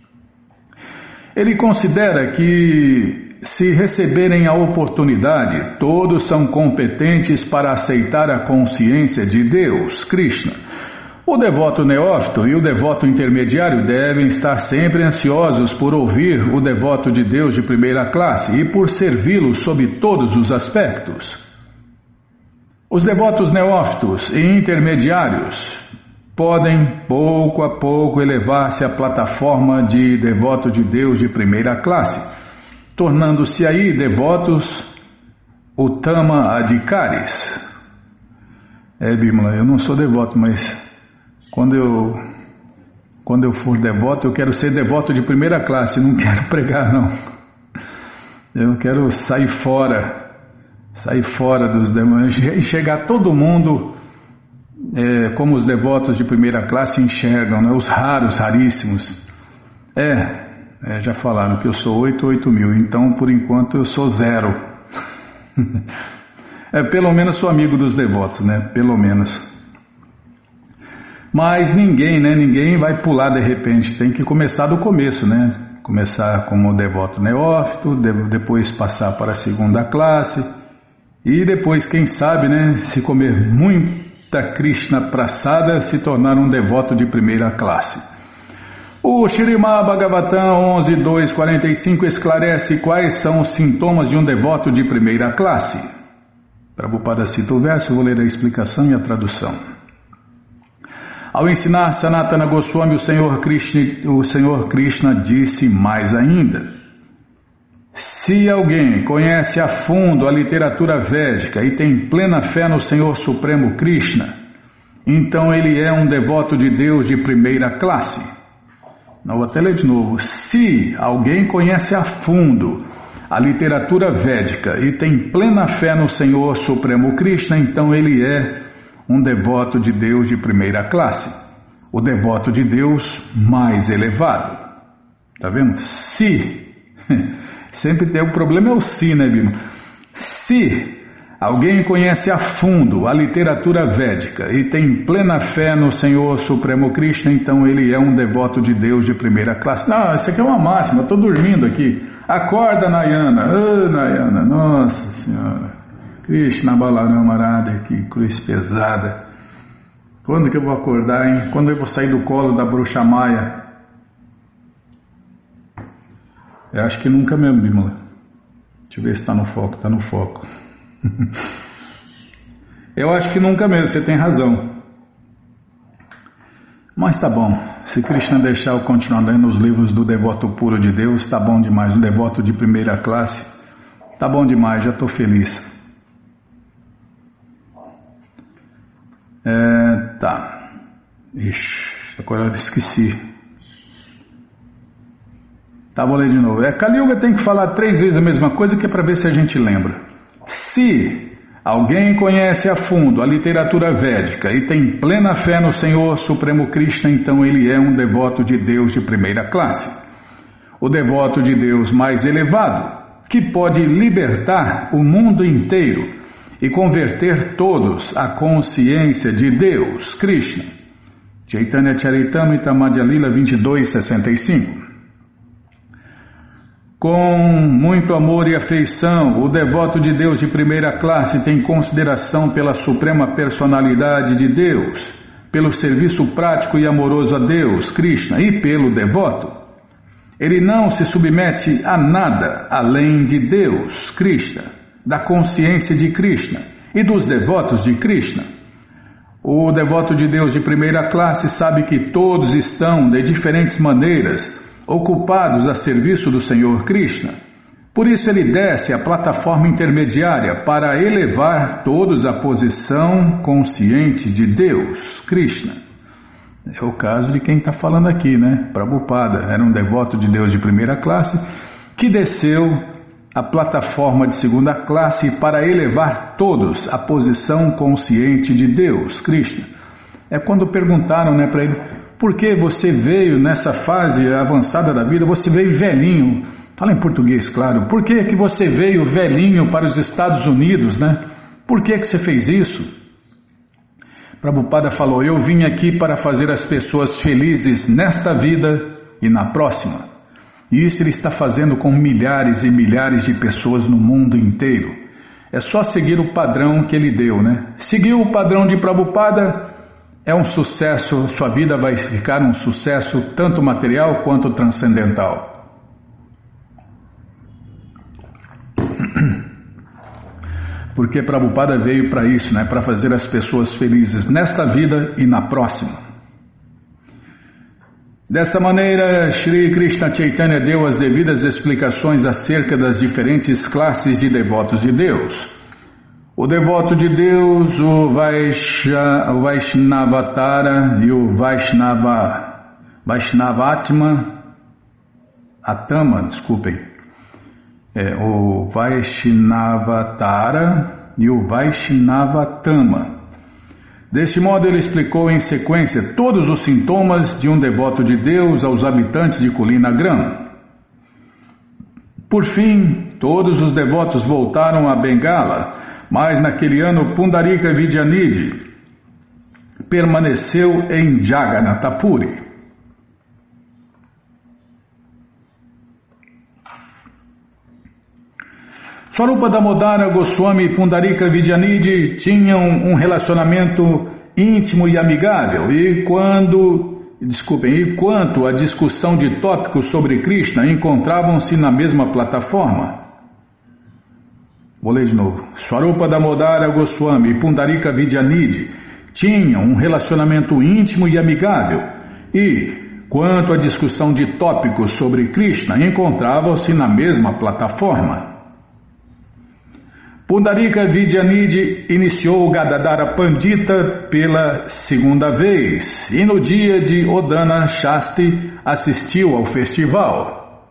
Ele considera que, se receberem a oportunidade, todos são competentes para aceitar a consciência de Deus, Krishna. O devoto neófito e o devoto intermediário devem estar sempre ansiosos por ouvir o devoto de Deus de primeira classe e por servi-lo sob todos os aspectos. Os devotos neófitos e intermediários podem, pouco a pouco, elevar-se à plataforma de devoto de Deus de primeira classe, tornando-se aí devotos Uttama Adhikaris. É, Bimala, eu não sou devoto, mas quando eu, quando eu for devoto, eu quero ser devoto de primeira classe, não quero pregar, não. Eu quero sair fora, sair fora dos demônios, enxergar todo mundo é, como os devotos de primeira classe enxergam, né? Os raros, raríssimos. É, é, já falaram que eu sou oito, oito mil, então por enquanto eu sou zero. É, pelo menos sou amigo dos devotos, né? Pelo menos. Mas ninguém, né? Ninguém vai pular de repente, tem que começar do começo, né? Começar como devoto neófito, depois passar para a segunda classe e depois, quem sabe, né? Se comer muita Krishna Prasada, se tornar um devoto de primeira classe. O Śrīmad Bhagavatam onze, dois, quarenta e cinco esclarece quais são os sintomas de um devoto de primeira classe. Prabhupada cita o verso, vou ler a explicação e a tradução. Ao ensinar Sanatana Goswami, o Senhor Krishna, o Senhor Krishna disse mais ainda: se alguém conhece a fundo a literatura védica e tem plena fé no Senhor Supremo Krishna, então ele é um devoto de Deus de primeira classe. Não, vou até ler de novo. Se alguém conhece a fundo a literatura védica e tem plena fé no Senhor Supremo Krishna, então ele é um devoto de Deus de primeira classe, o devoto de Deus mais elevado. Tá vendo? Se, sempre tem o problema é o se, né, Bima? Se alguém conhece a fundo a literatura védica e tem plena fé no Senhor Supremo Krishna, então ele é um devoto de Deus de primeira classe. Não, isso aqui é uma máxima, eu estou dormindo aqui. Acorda, Nayana. Ah, oh, Nayana, nossa Senhora. Krishna Balarama Arada, que cruz pesada. Quando que eu vou acordar, hein? Quando eu vou sair do colo da bruxa Maia? Eu acho que nunca mesmo, Bimala. Deixa eu ver se está no foco. Está no foco. Eu acho que nunca mesmo, você tem razão. Mas tá bom. Se Krishna deixar eu continuar lendo os livros do devoto puro de Deus, tá bom demais. Um devoto de primeira classe, tá bom demais, já estou feliz. É, tá. Ixi, agora eu esqueci. Tá, vou ler de novo. É, Kali Yuga tem que falar três vezes a mesma coisa, que é para ver se a gente lembra. Se alguém conhece a fundo a literatura védica e tem plena fé no Senhor Supremo Krishna, então ele é um devoto de Deus de primeira classe. O devoto de Deus mais elevado, que pode libertar o mundo inteiro e converter todos à consciência de Deus, Krishna. Chaitanya Charitamrita Madhya Lila vinte e dois, sessenta e cinco. Com muito amor e afeição, o devoto de Deus de primeira classe tem consideração pela suprema personalidade de Deus, pelo serviço prático e amoroso a Deus, Krishna, e pelo devoto. Ele não se submete a nada além de Deus, Krishna, da consciência de Krishna e dos devotos de Krishna. O devoto de Deus de primeira classe sabe que todos estão, de diferentes maneiras, ocupados a serviço do Senhor Krishna. Por isso ele desce a plataforma intermediária para elevar todos à posição consciente de Deus, Krishna. É o caso de quem está falando aqui, né? Prabhupada era um devoto de Deus de primeira classe que desceu a plataforma de segunda classe para elevar todos à posição consciente de Deus, Krishna. É quando perguntaram, né, para ele, por que você veio nessa fase avançada da vida, você veio velhinho? Fala em português, claro. Por que que você veio velhinho para os Estados Unidos, né? Por que que você fez isso? Prabhupada falou, eu vim aqui para fazer as pessoas felizes nesta vida e na próxima. E isso ele está fazendo com milhares e milhares de pessoas no mundo inteiro. É só seguir o padrão que ele deu, né? Seguiu o padrão de Prabhupada, é um sucesso, sua vida vai ficar um sucesso tanto material quanto transcendental. Porque Prabhupada veio para isso, né? Para fazer as pessoas felizes nesta vida e na próxima. Dessa maneira, Shri Krishna Chaitanya deu as devidas explicações acerca das diferentes classes de devotos de Deus. O devoto de Deus, o, Vaishya, o Vaishnavatara e o Vaishnava, Vaishnavatma, Atama, desculpem. É, o Vaishnavatara e o Vaishnavatama. Deste modo ele explicou em sequência todos os sintomas de um devoto de Deus aos habitantes de Kulinagram. Por fim, todos os devotos voltaram a Bengala, mas naquele ano Pundarika Vidyanidhi permaneceu em Jagannath Puri. Swarupa Damodara Goswami e Pundarika Vidyanidhi tinham um relacionamento íntimo e amigável, e quando, desculpem, e quanto à discussão de tópicos sobre Krishna, encontravam-se na mesma plataforma. Vou ler de novo. Swarupa Damodara Goswami e Pundarika Vidyanidhi tinham um relacionamento íntimo e amigável, e quanto à discussão de tópicos sobre Krishna, encontravam-se na mesma plataforma. Pundarika Vidyanidhi iniciou o Gadadhara Pandita pela segunda vez e no dia de Odana Shasti assistiu ao festival.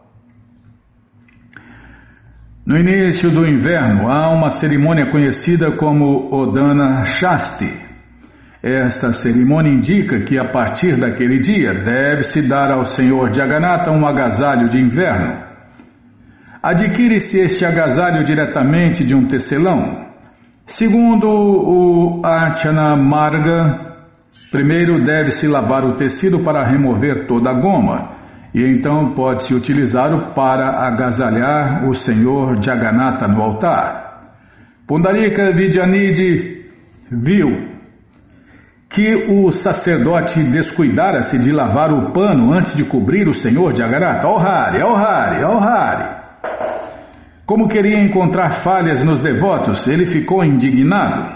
No início do inverno há uma cerimônia conhecida como Odana Shasti. Esta cerimônia indica que a partir daquele dia deve-se dar ao Senhor Jagannatha um agasalho de inverno. Adquire-se este agasalho diretamente de um tecelão. Segundo o Archana Marga, primeiro deve-se lavar o tecido para remover toda a goma, e então pode-se utilizá-lo para agasalhar o Senhor Jagannatha no altar. Pundarika Vidyanidhi viu que o sacerdote descuidara-se de lavar o pano antes de cobrir o Senhor Jagannatha. Oh Hari, oh Hari, oh Hari! Como queria encontrar falhas nos devotos, ele ficou indignado.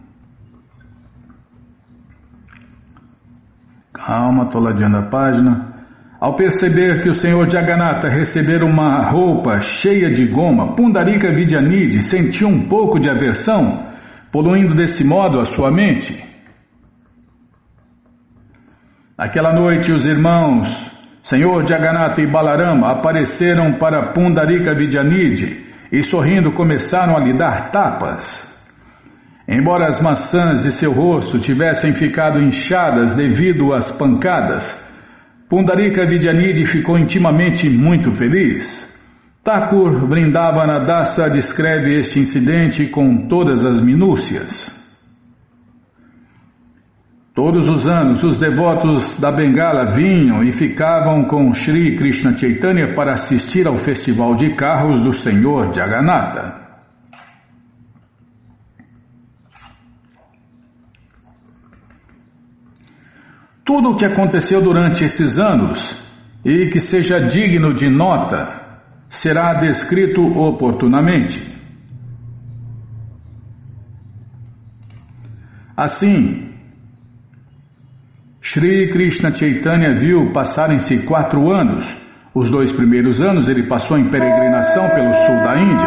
Calma, estou ladeando a página. Ao perceber que o Senhor Jagannatha recebera uma roupa cheia de goma, Pundarika Vidyanidhi sentiu um pouco de aversão, poluindo desse modo a sua mente. Aquela noite os irmãos Senhor Jagannatha e Balarama apareceram para Pundarika Vidyanidhi e sorrindo começaram a lhe dar tapas. Embora as maçãs de seu rosto tivessem ficado inchadas devido às pancadas, Pundarika Vidyanidhi ficou intimamente muito feliz. Thakur Vrindavana Dasa descreve este incidente com todas as minúcias. Todos os anos, os devotos da Bengala vinham e ficavam com Shri Krishna Chaitanya para assistir ao festival de carros do Senhor Jagannatha. Tudo o que aconteceu durante esses anos e que seja digno de nota será descrito oportunamente. Assim, Shri Krishna Chaitanya viu passarem-se quatro anos. Os dois primeiros anos ele passou em peregrinação pelo sul da Índia.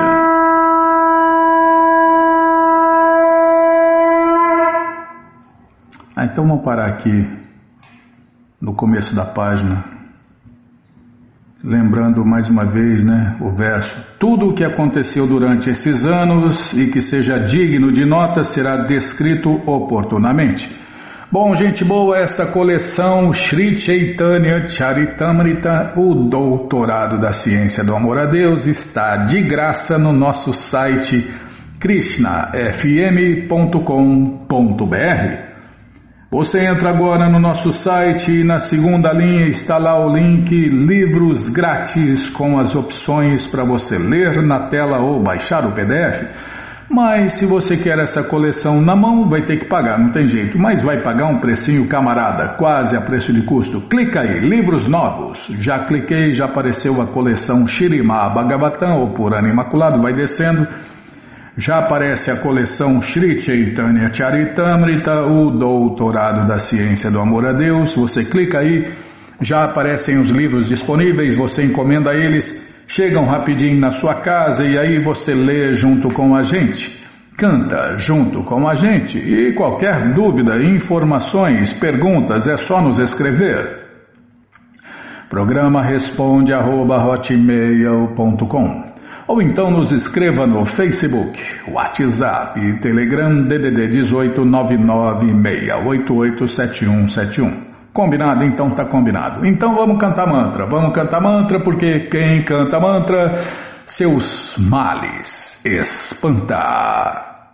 Ah, então vamos parar aqui no começo da página, lembrando mais uma vez, né, o verso: tudo o que aconteceu durante esses anos e que seja digno de nota será descrito oportunamente. Bom, gente boa, essa coleção Shri Chaitanya Charitamrita, o Doutorado da Ciência do Amor a Deus, está de graça no nosso site krishna f m ponto com ponto b r. Você entra agora no nosso site e na segunda linha está lá o link Livros Grátis, com as opções para você ler na tela ou baixar o P D F. Mas se você quer essa coleção na mão, vai ter que pagar, não tem jeito. Mas vai pagar um precinho camarada, quase a preço de custo. Clica aí, Livros Novos. Já cliquei, já apareceu a coleção Shrimad Bhagavatam, ou Purana Imaculado, vai descendo. Já aparece a coleção Shri Chaitanya Charitamrita, o Doutorado da Ciência do Amor a Deus. Você clica aí, já aparecem os livros disponíveis, você encomenda eles, chegam rapidinho na sua casa e aí você lê junto com a gente, canta junto com a gente. E qualquer dúvida, informações, perguntas, é só nos escrever. Programa responde arroba hotmail ponto com. Ou então nos escreva no Facebook, WhatsApp e Telegram D D D dezoito nove nove seis oito oito sete um sete um. Combinado? Então tá combinado. Então vamos cantar mantra. Vamos cantar mantra porque quem canta mantra, seus males espanta.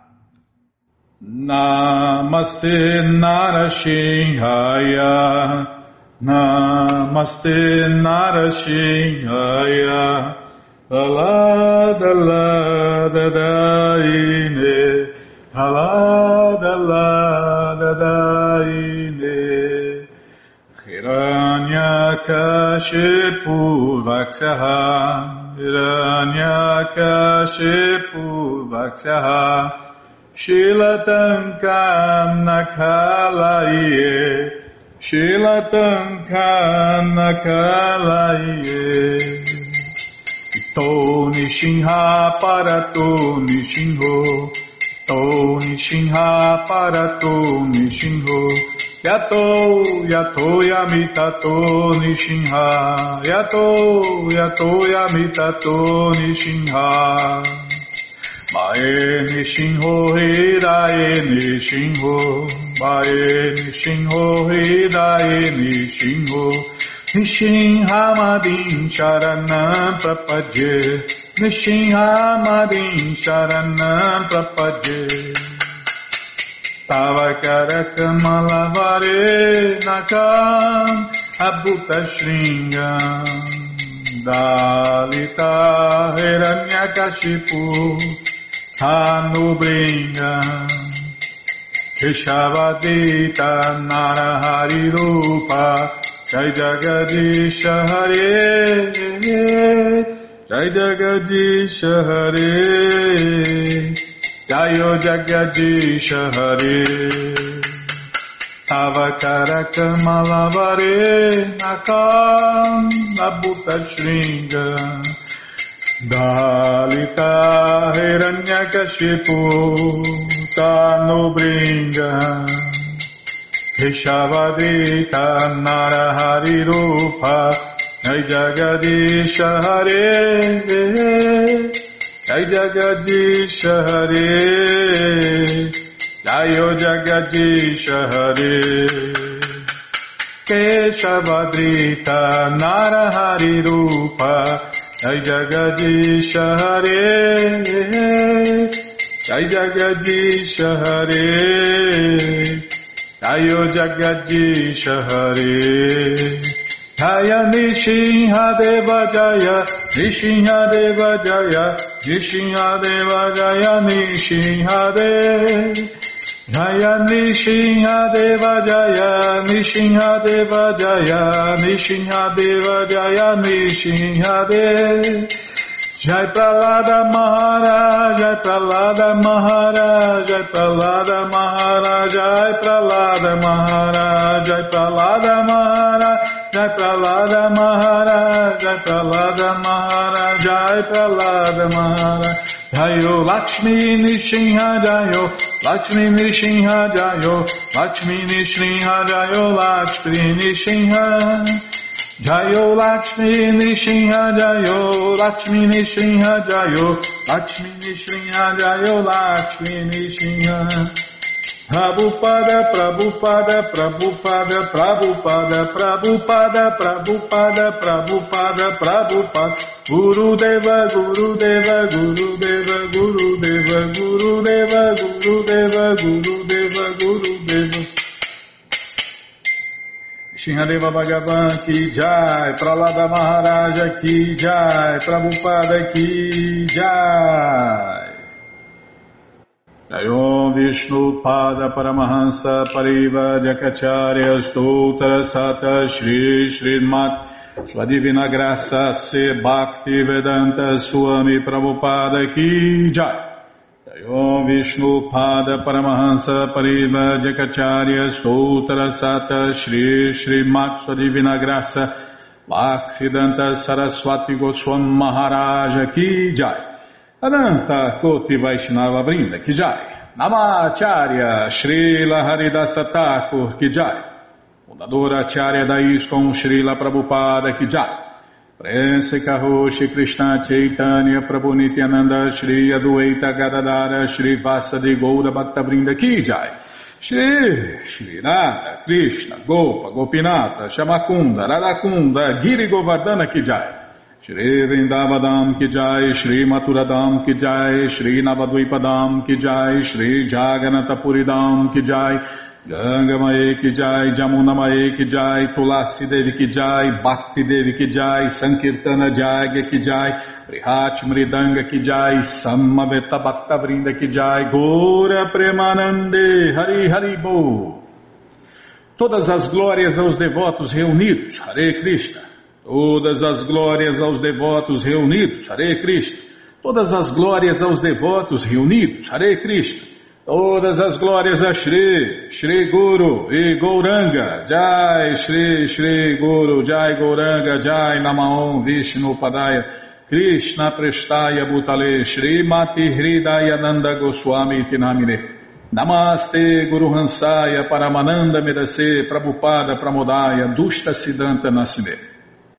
Namaste Narashinhaya, Namaste Narashinhaya, Alada lada daine, alada lada daine, Hiranyakashipu Vaksyaha, Hiranyakashipu Vaksyaha, Shilatankam Nakalaye, Shilatankam Nakalaye. To Nishinha Parato Nishinho, To Nishinha Parato Nishinho, Yato Yato Yamitato Nishinha, Yato Yato Yamitato Nishinha, Mae Nishinho Hirae Nishinho, Mae Nishinho Hirae Nishinho, Nishinhamadin Sharanam Prapadye, Nishinhamadin Sharanam Prapadye, Tavakara Kamalavare Nakam Abhuta Shringam, Dalita Hiranyakashipu Hanubringam, Keshavadita Narahari Rupa, Jai Jagadisha Hare, Jai Jagadisha Hare, Jayo Jagadisha Hare, Avakara Kamalavare Nakam Abhuta Shringa, Dalita Hiranyakashipu Tanubringa, Keshavadita Narahari Rupa, Jai Jagadisha Hare, Jai Jagadisha Hare, Jayo Jagadisha Hare, Keshavadita Narahari Rupa, Jai Jagadisha Hare, Jai Jagadisha Hare, Jayo Jagadisha Hare, Jaya Nishinha Deva Jaya, Nishinha Deva Jaya, Nishinha Deva Jaya, Nishinha Deva, Jaya Nishinha Deva Jaya Nishinha Deva Jaya Nishinha Deva Jaya Nishinha Deva Jai Pralada Maharaj Jai Pralada Maharaj Jai Pralada Maharaj Jai Pralada Maharaj Jai Pralada Maharaj Jai Pralada Maharaj Jai Pralada Maharaj Jai Pralada Maharaj Jayo Lakshmi Nishinha Jayo Lakshmi Nishinha Jayo Lakshmi Nishinha Jayo Lakshmi Nishinha Jayo Lakshmi Nishinha Jayo Lakshmi Nishinha Jayo Lakshmi Nishinha Jayo Lakshmi Nishinha Prabhupada Prabhupada Prabhupada Prabhupada Prabhupada Prabhupada Prabhupada Prabhupada Gurudeva Gurudeva Gurudeva Gurudeva Gurudeva Gurudeva Gurudeva Gurudeva Shinhadeva Bhagavan Ki Jai, Pralada Maharaja Ki Jai, Prabhupada Ki Jai. Jayom Vishnu Pada Paramahansa Pariva Jakacharya Stoutra Sata Shri Srimat Sua Divina Graça Se Bhakti Vedanta Swami Prabhupada Ki Jai. Jayom Vishnu Pada Paramahansa Pariva Jakacharya Stoutra Sata Shri Srimat Sua Divina Graça Bhaksidanta Saraswati Goswami Maharaja Ki Jai. Ananta Koti Vaishnava Vrinda Ki Jai. Namacharya Srila Haridasa Thakur Ki Jai. Fundadora Acharya da ISKCON Srila Prabhupada Ki Jai. Prense Karoshi Krishna Chaitanya Prabhu Nityananda Shri Adueta Gadadara Shri Vasadi Goura Bhaktavrinda Ki Jai. Shri Shri Radha Krishna Gopa Gopinata Shamakunda Radakunda Giri Govardhana Ki Jai. Shri Vrindavadam Ki Jai, Shri Maturadam Ki Jai, Shri Navadvipadam Ki Jai, Shri Jaganatapuridam Ki Jai, Ganga Mae Ki Jai, Jamuna Mae Ki Jai, Tulasi Devi Ki Jai, Bhakti Devi Ki Jai, Sankirtana Jagya Ki Jai, Prihat Mridanga Ki Jai, Samaveta Bhakta Vrinda Ki Jai, Gora Premanande, Hari Hari Bo. Todas as glórias aos devotos reunidos, Hare Krishna. Todas as glórias aos devotos reunidos, Hare Krishna. Todas as glórias aos devotos reunidos, Hare Krishna. Todas as glórias a Shri, Shri Guru e Gauranga, Jai Shri, Shri Guru, Jai Gauranga, Jai Namaon Vishnu Padaya, Krishna Prestaya Bhutale, Shri Mati Hridaya Nanda Goswami Tinamine. Namaste Guru Hansaya Paramananda Medase Prabhupada Pramodaya Dushta Siddhanta Nasime.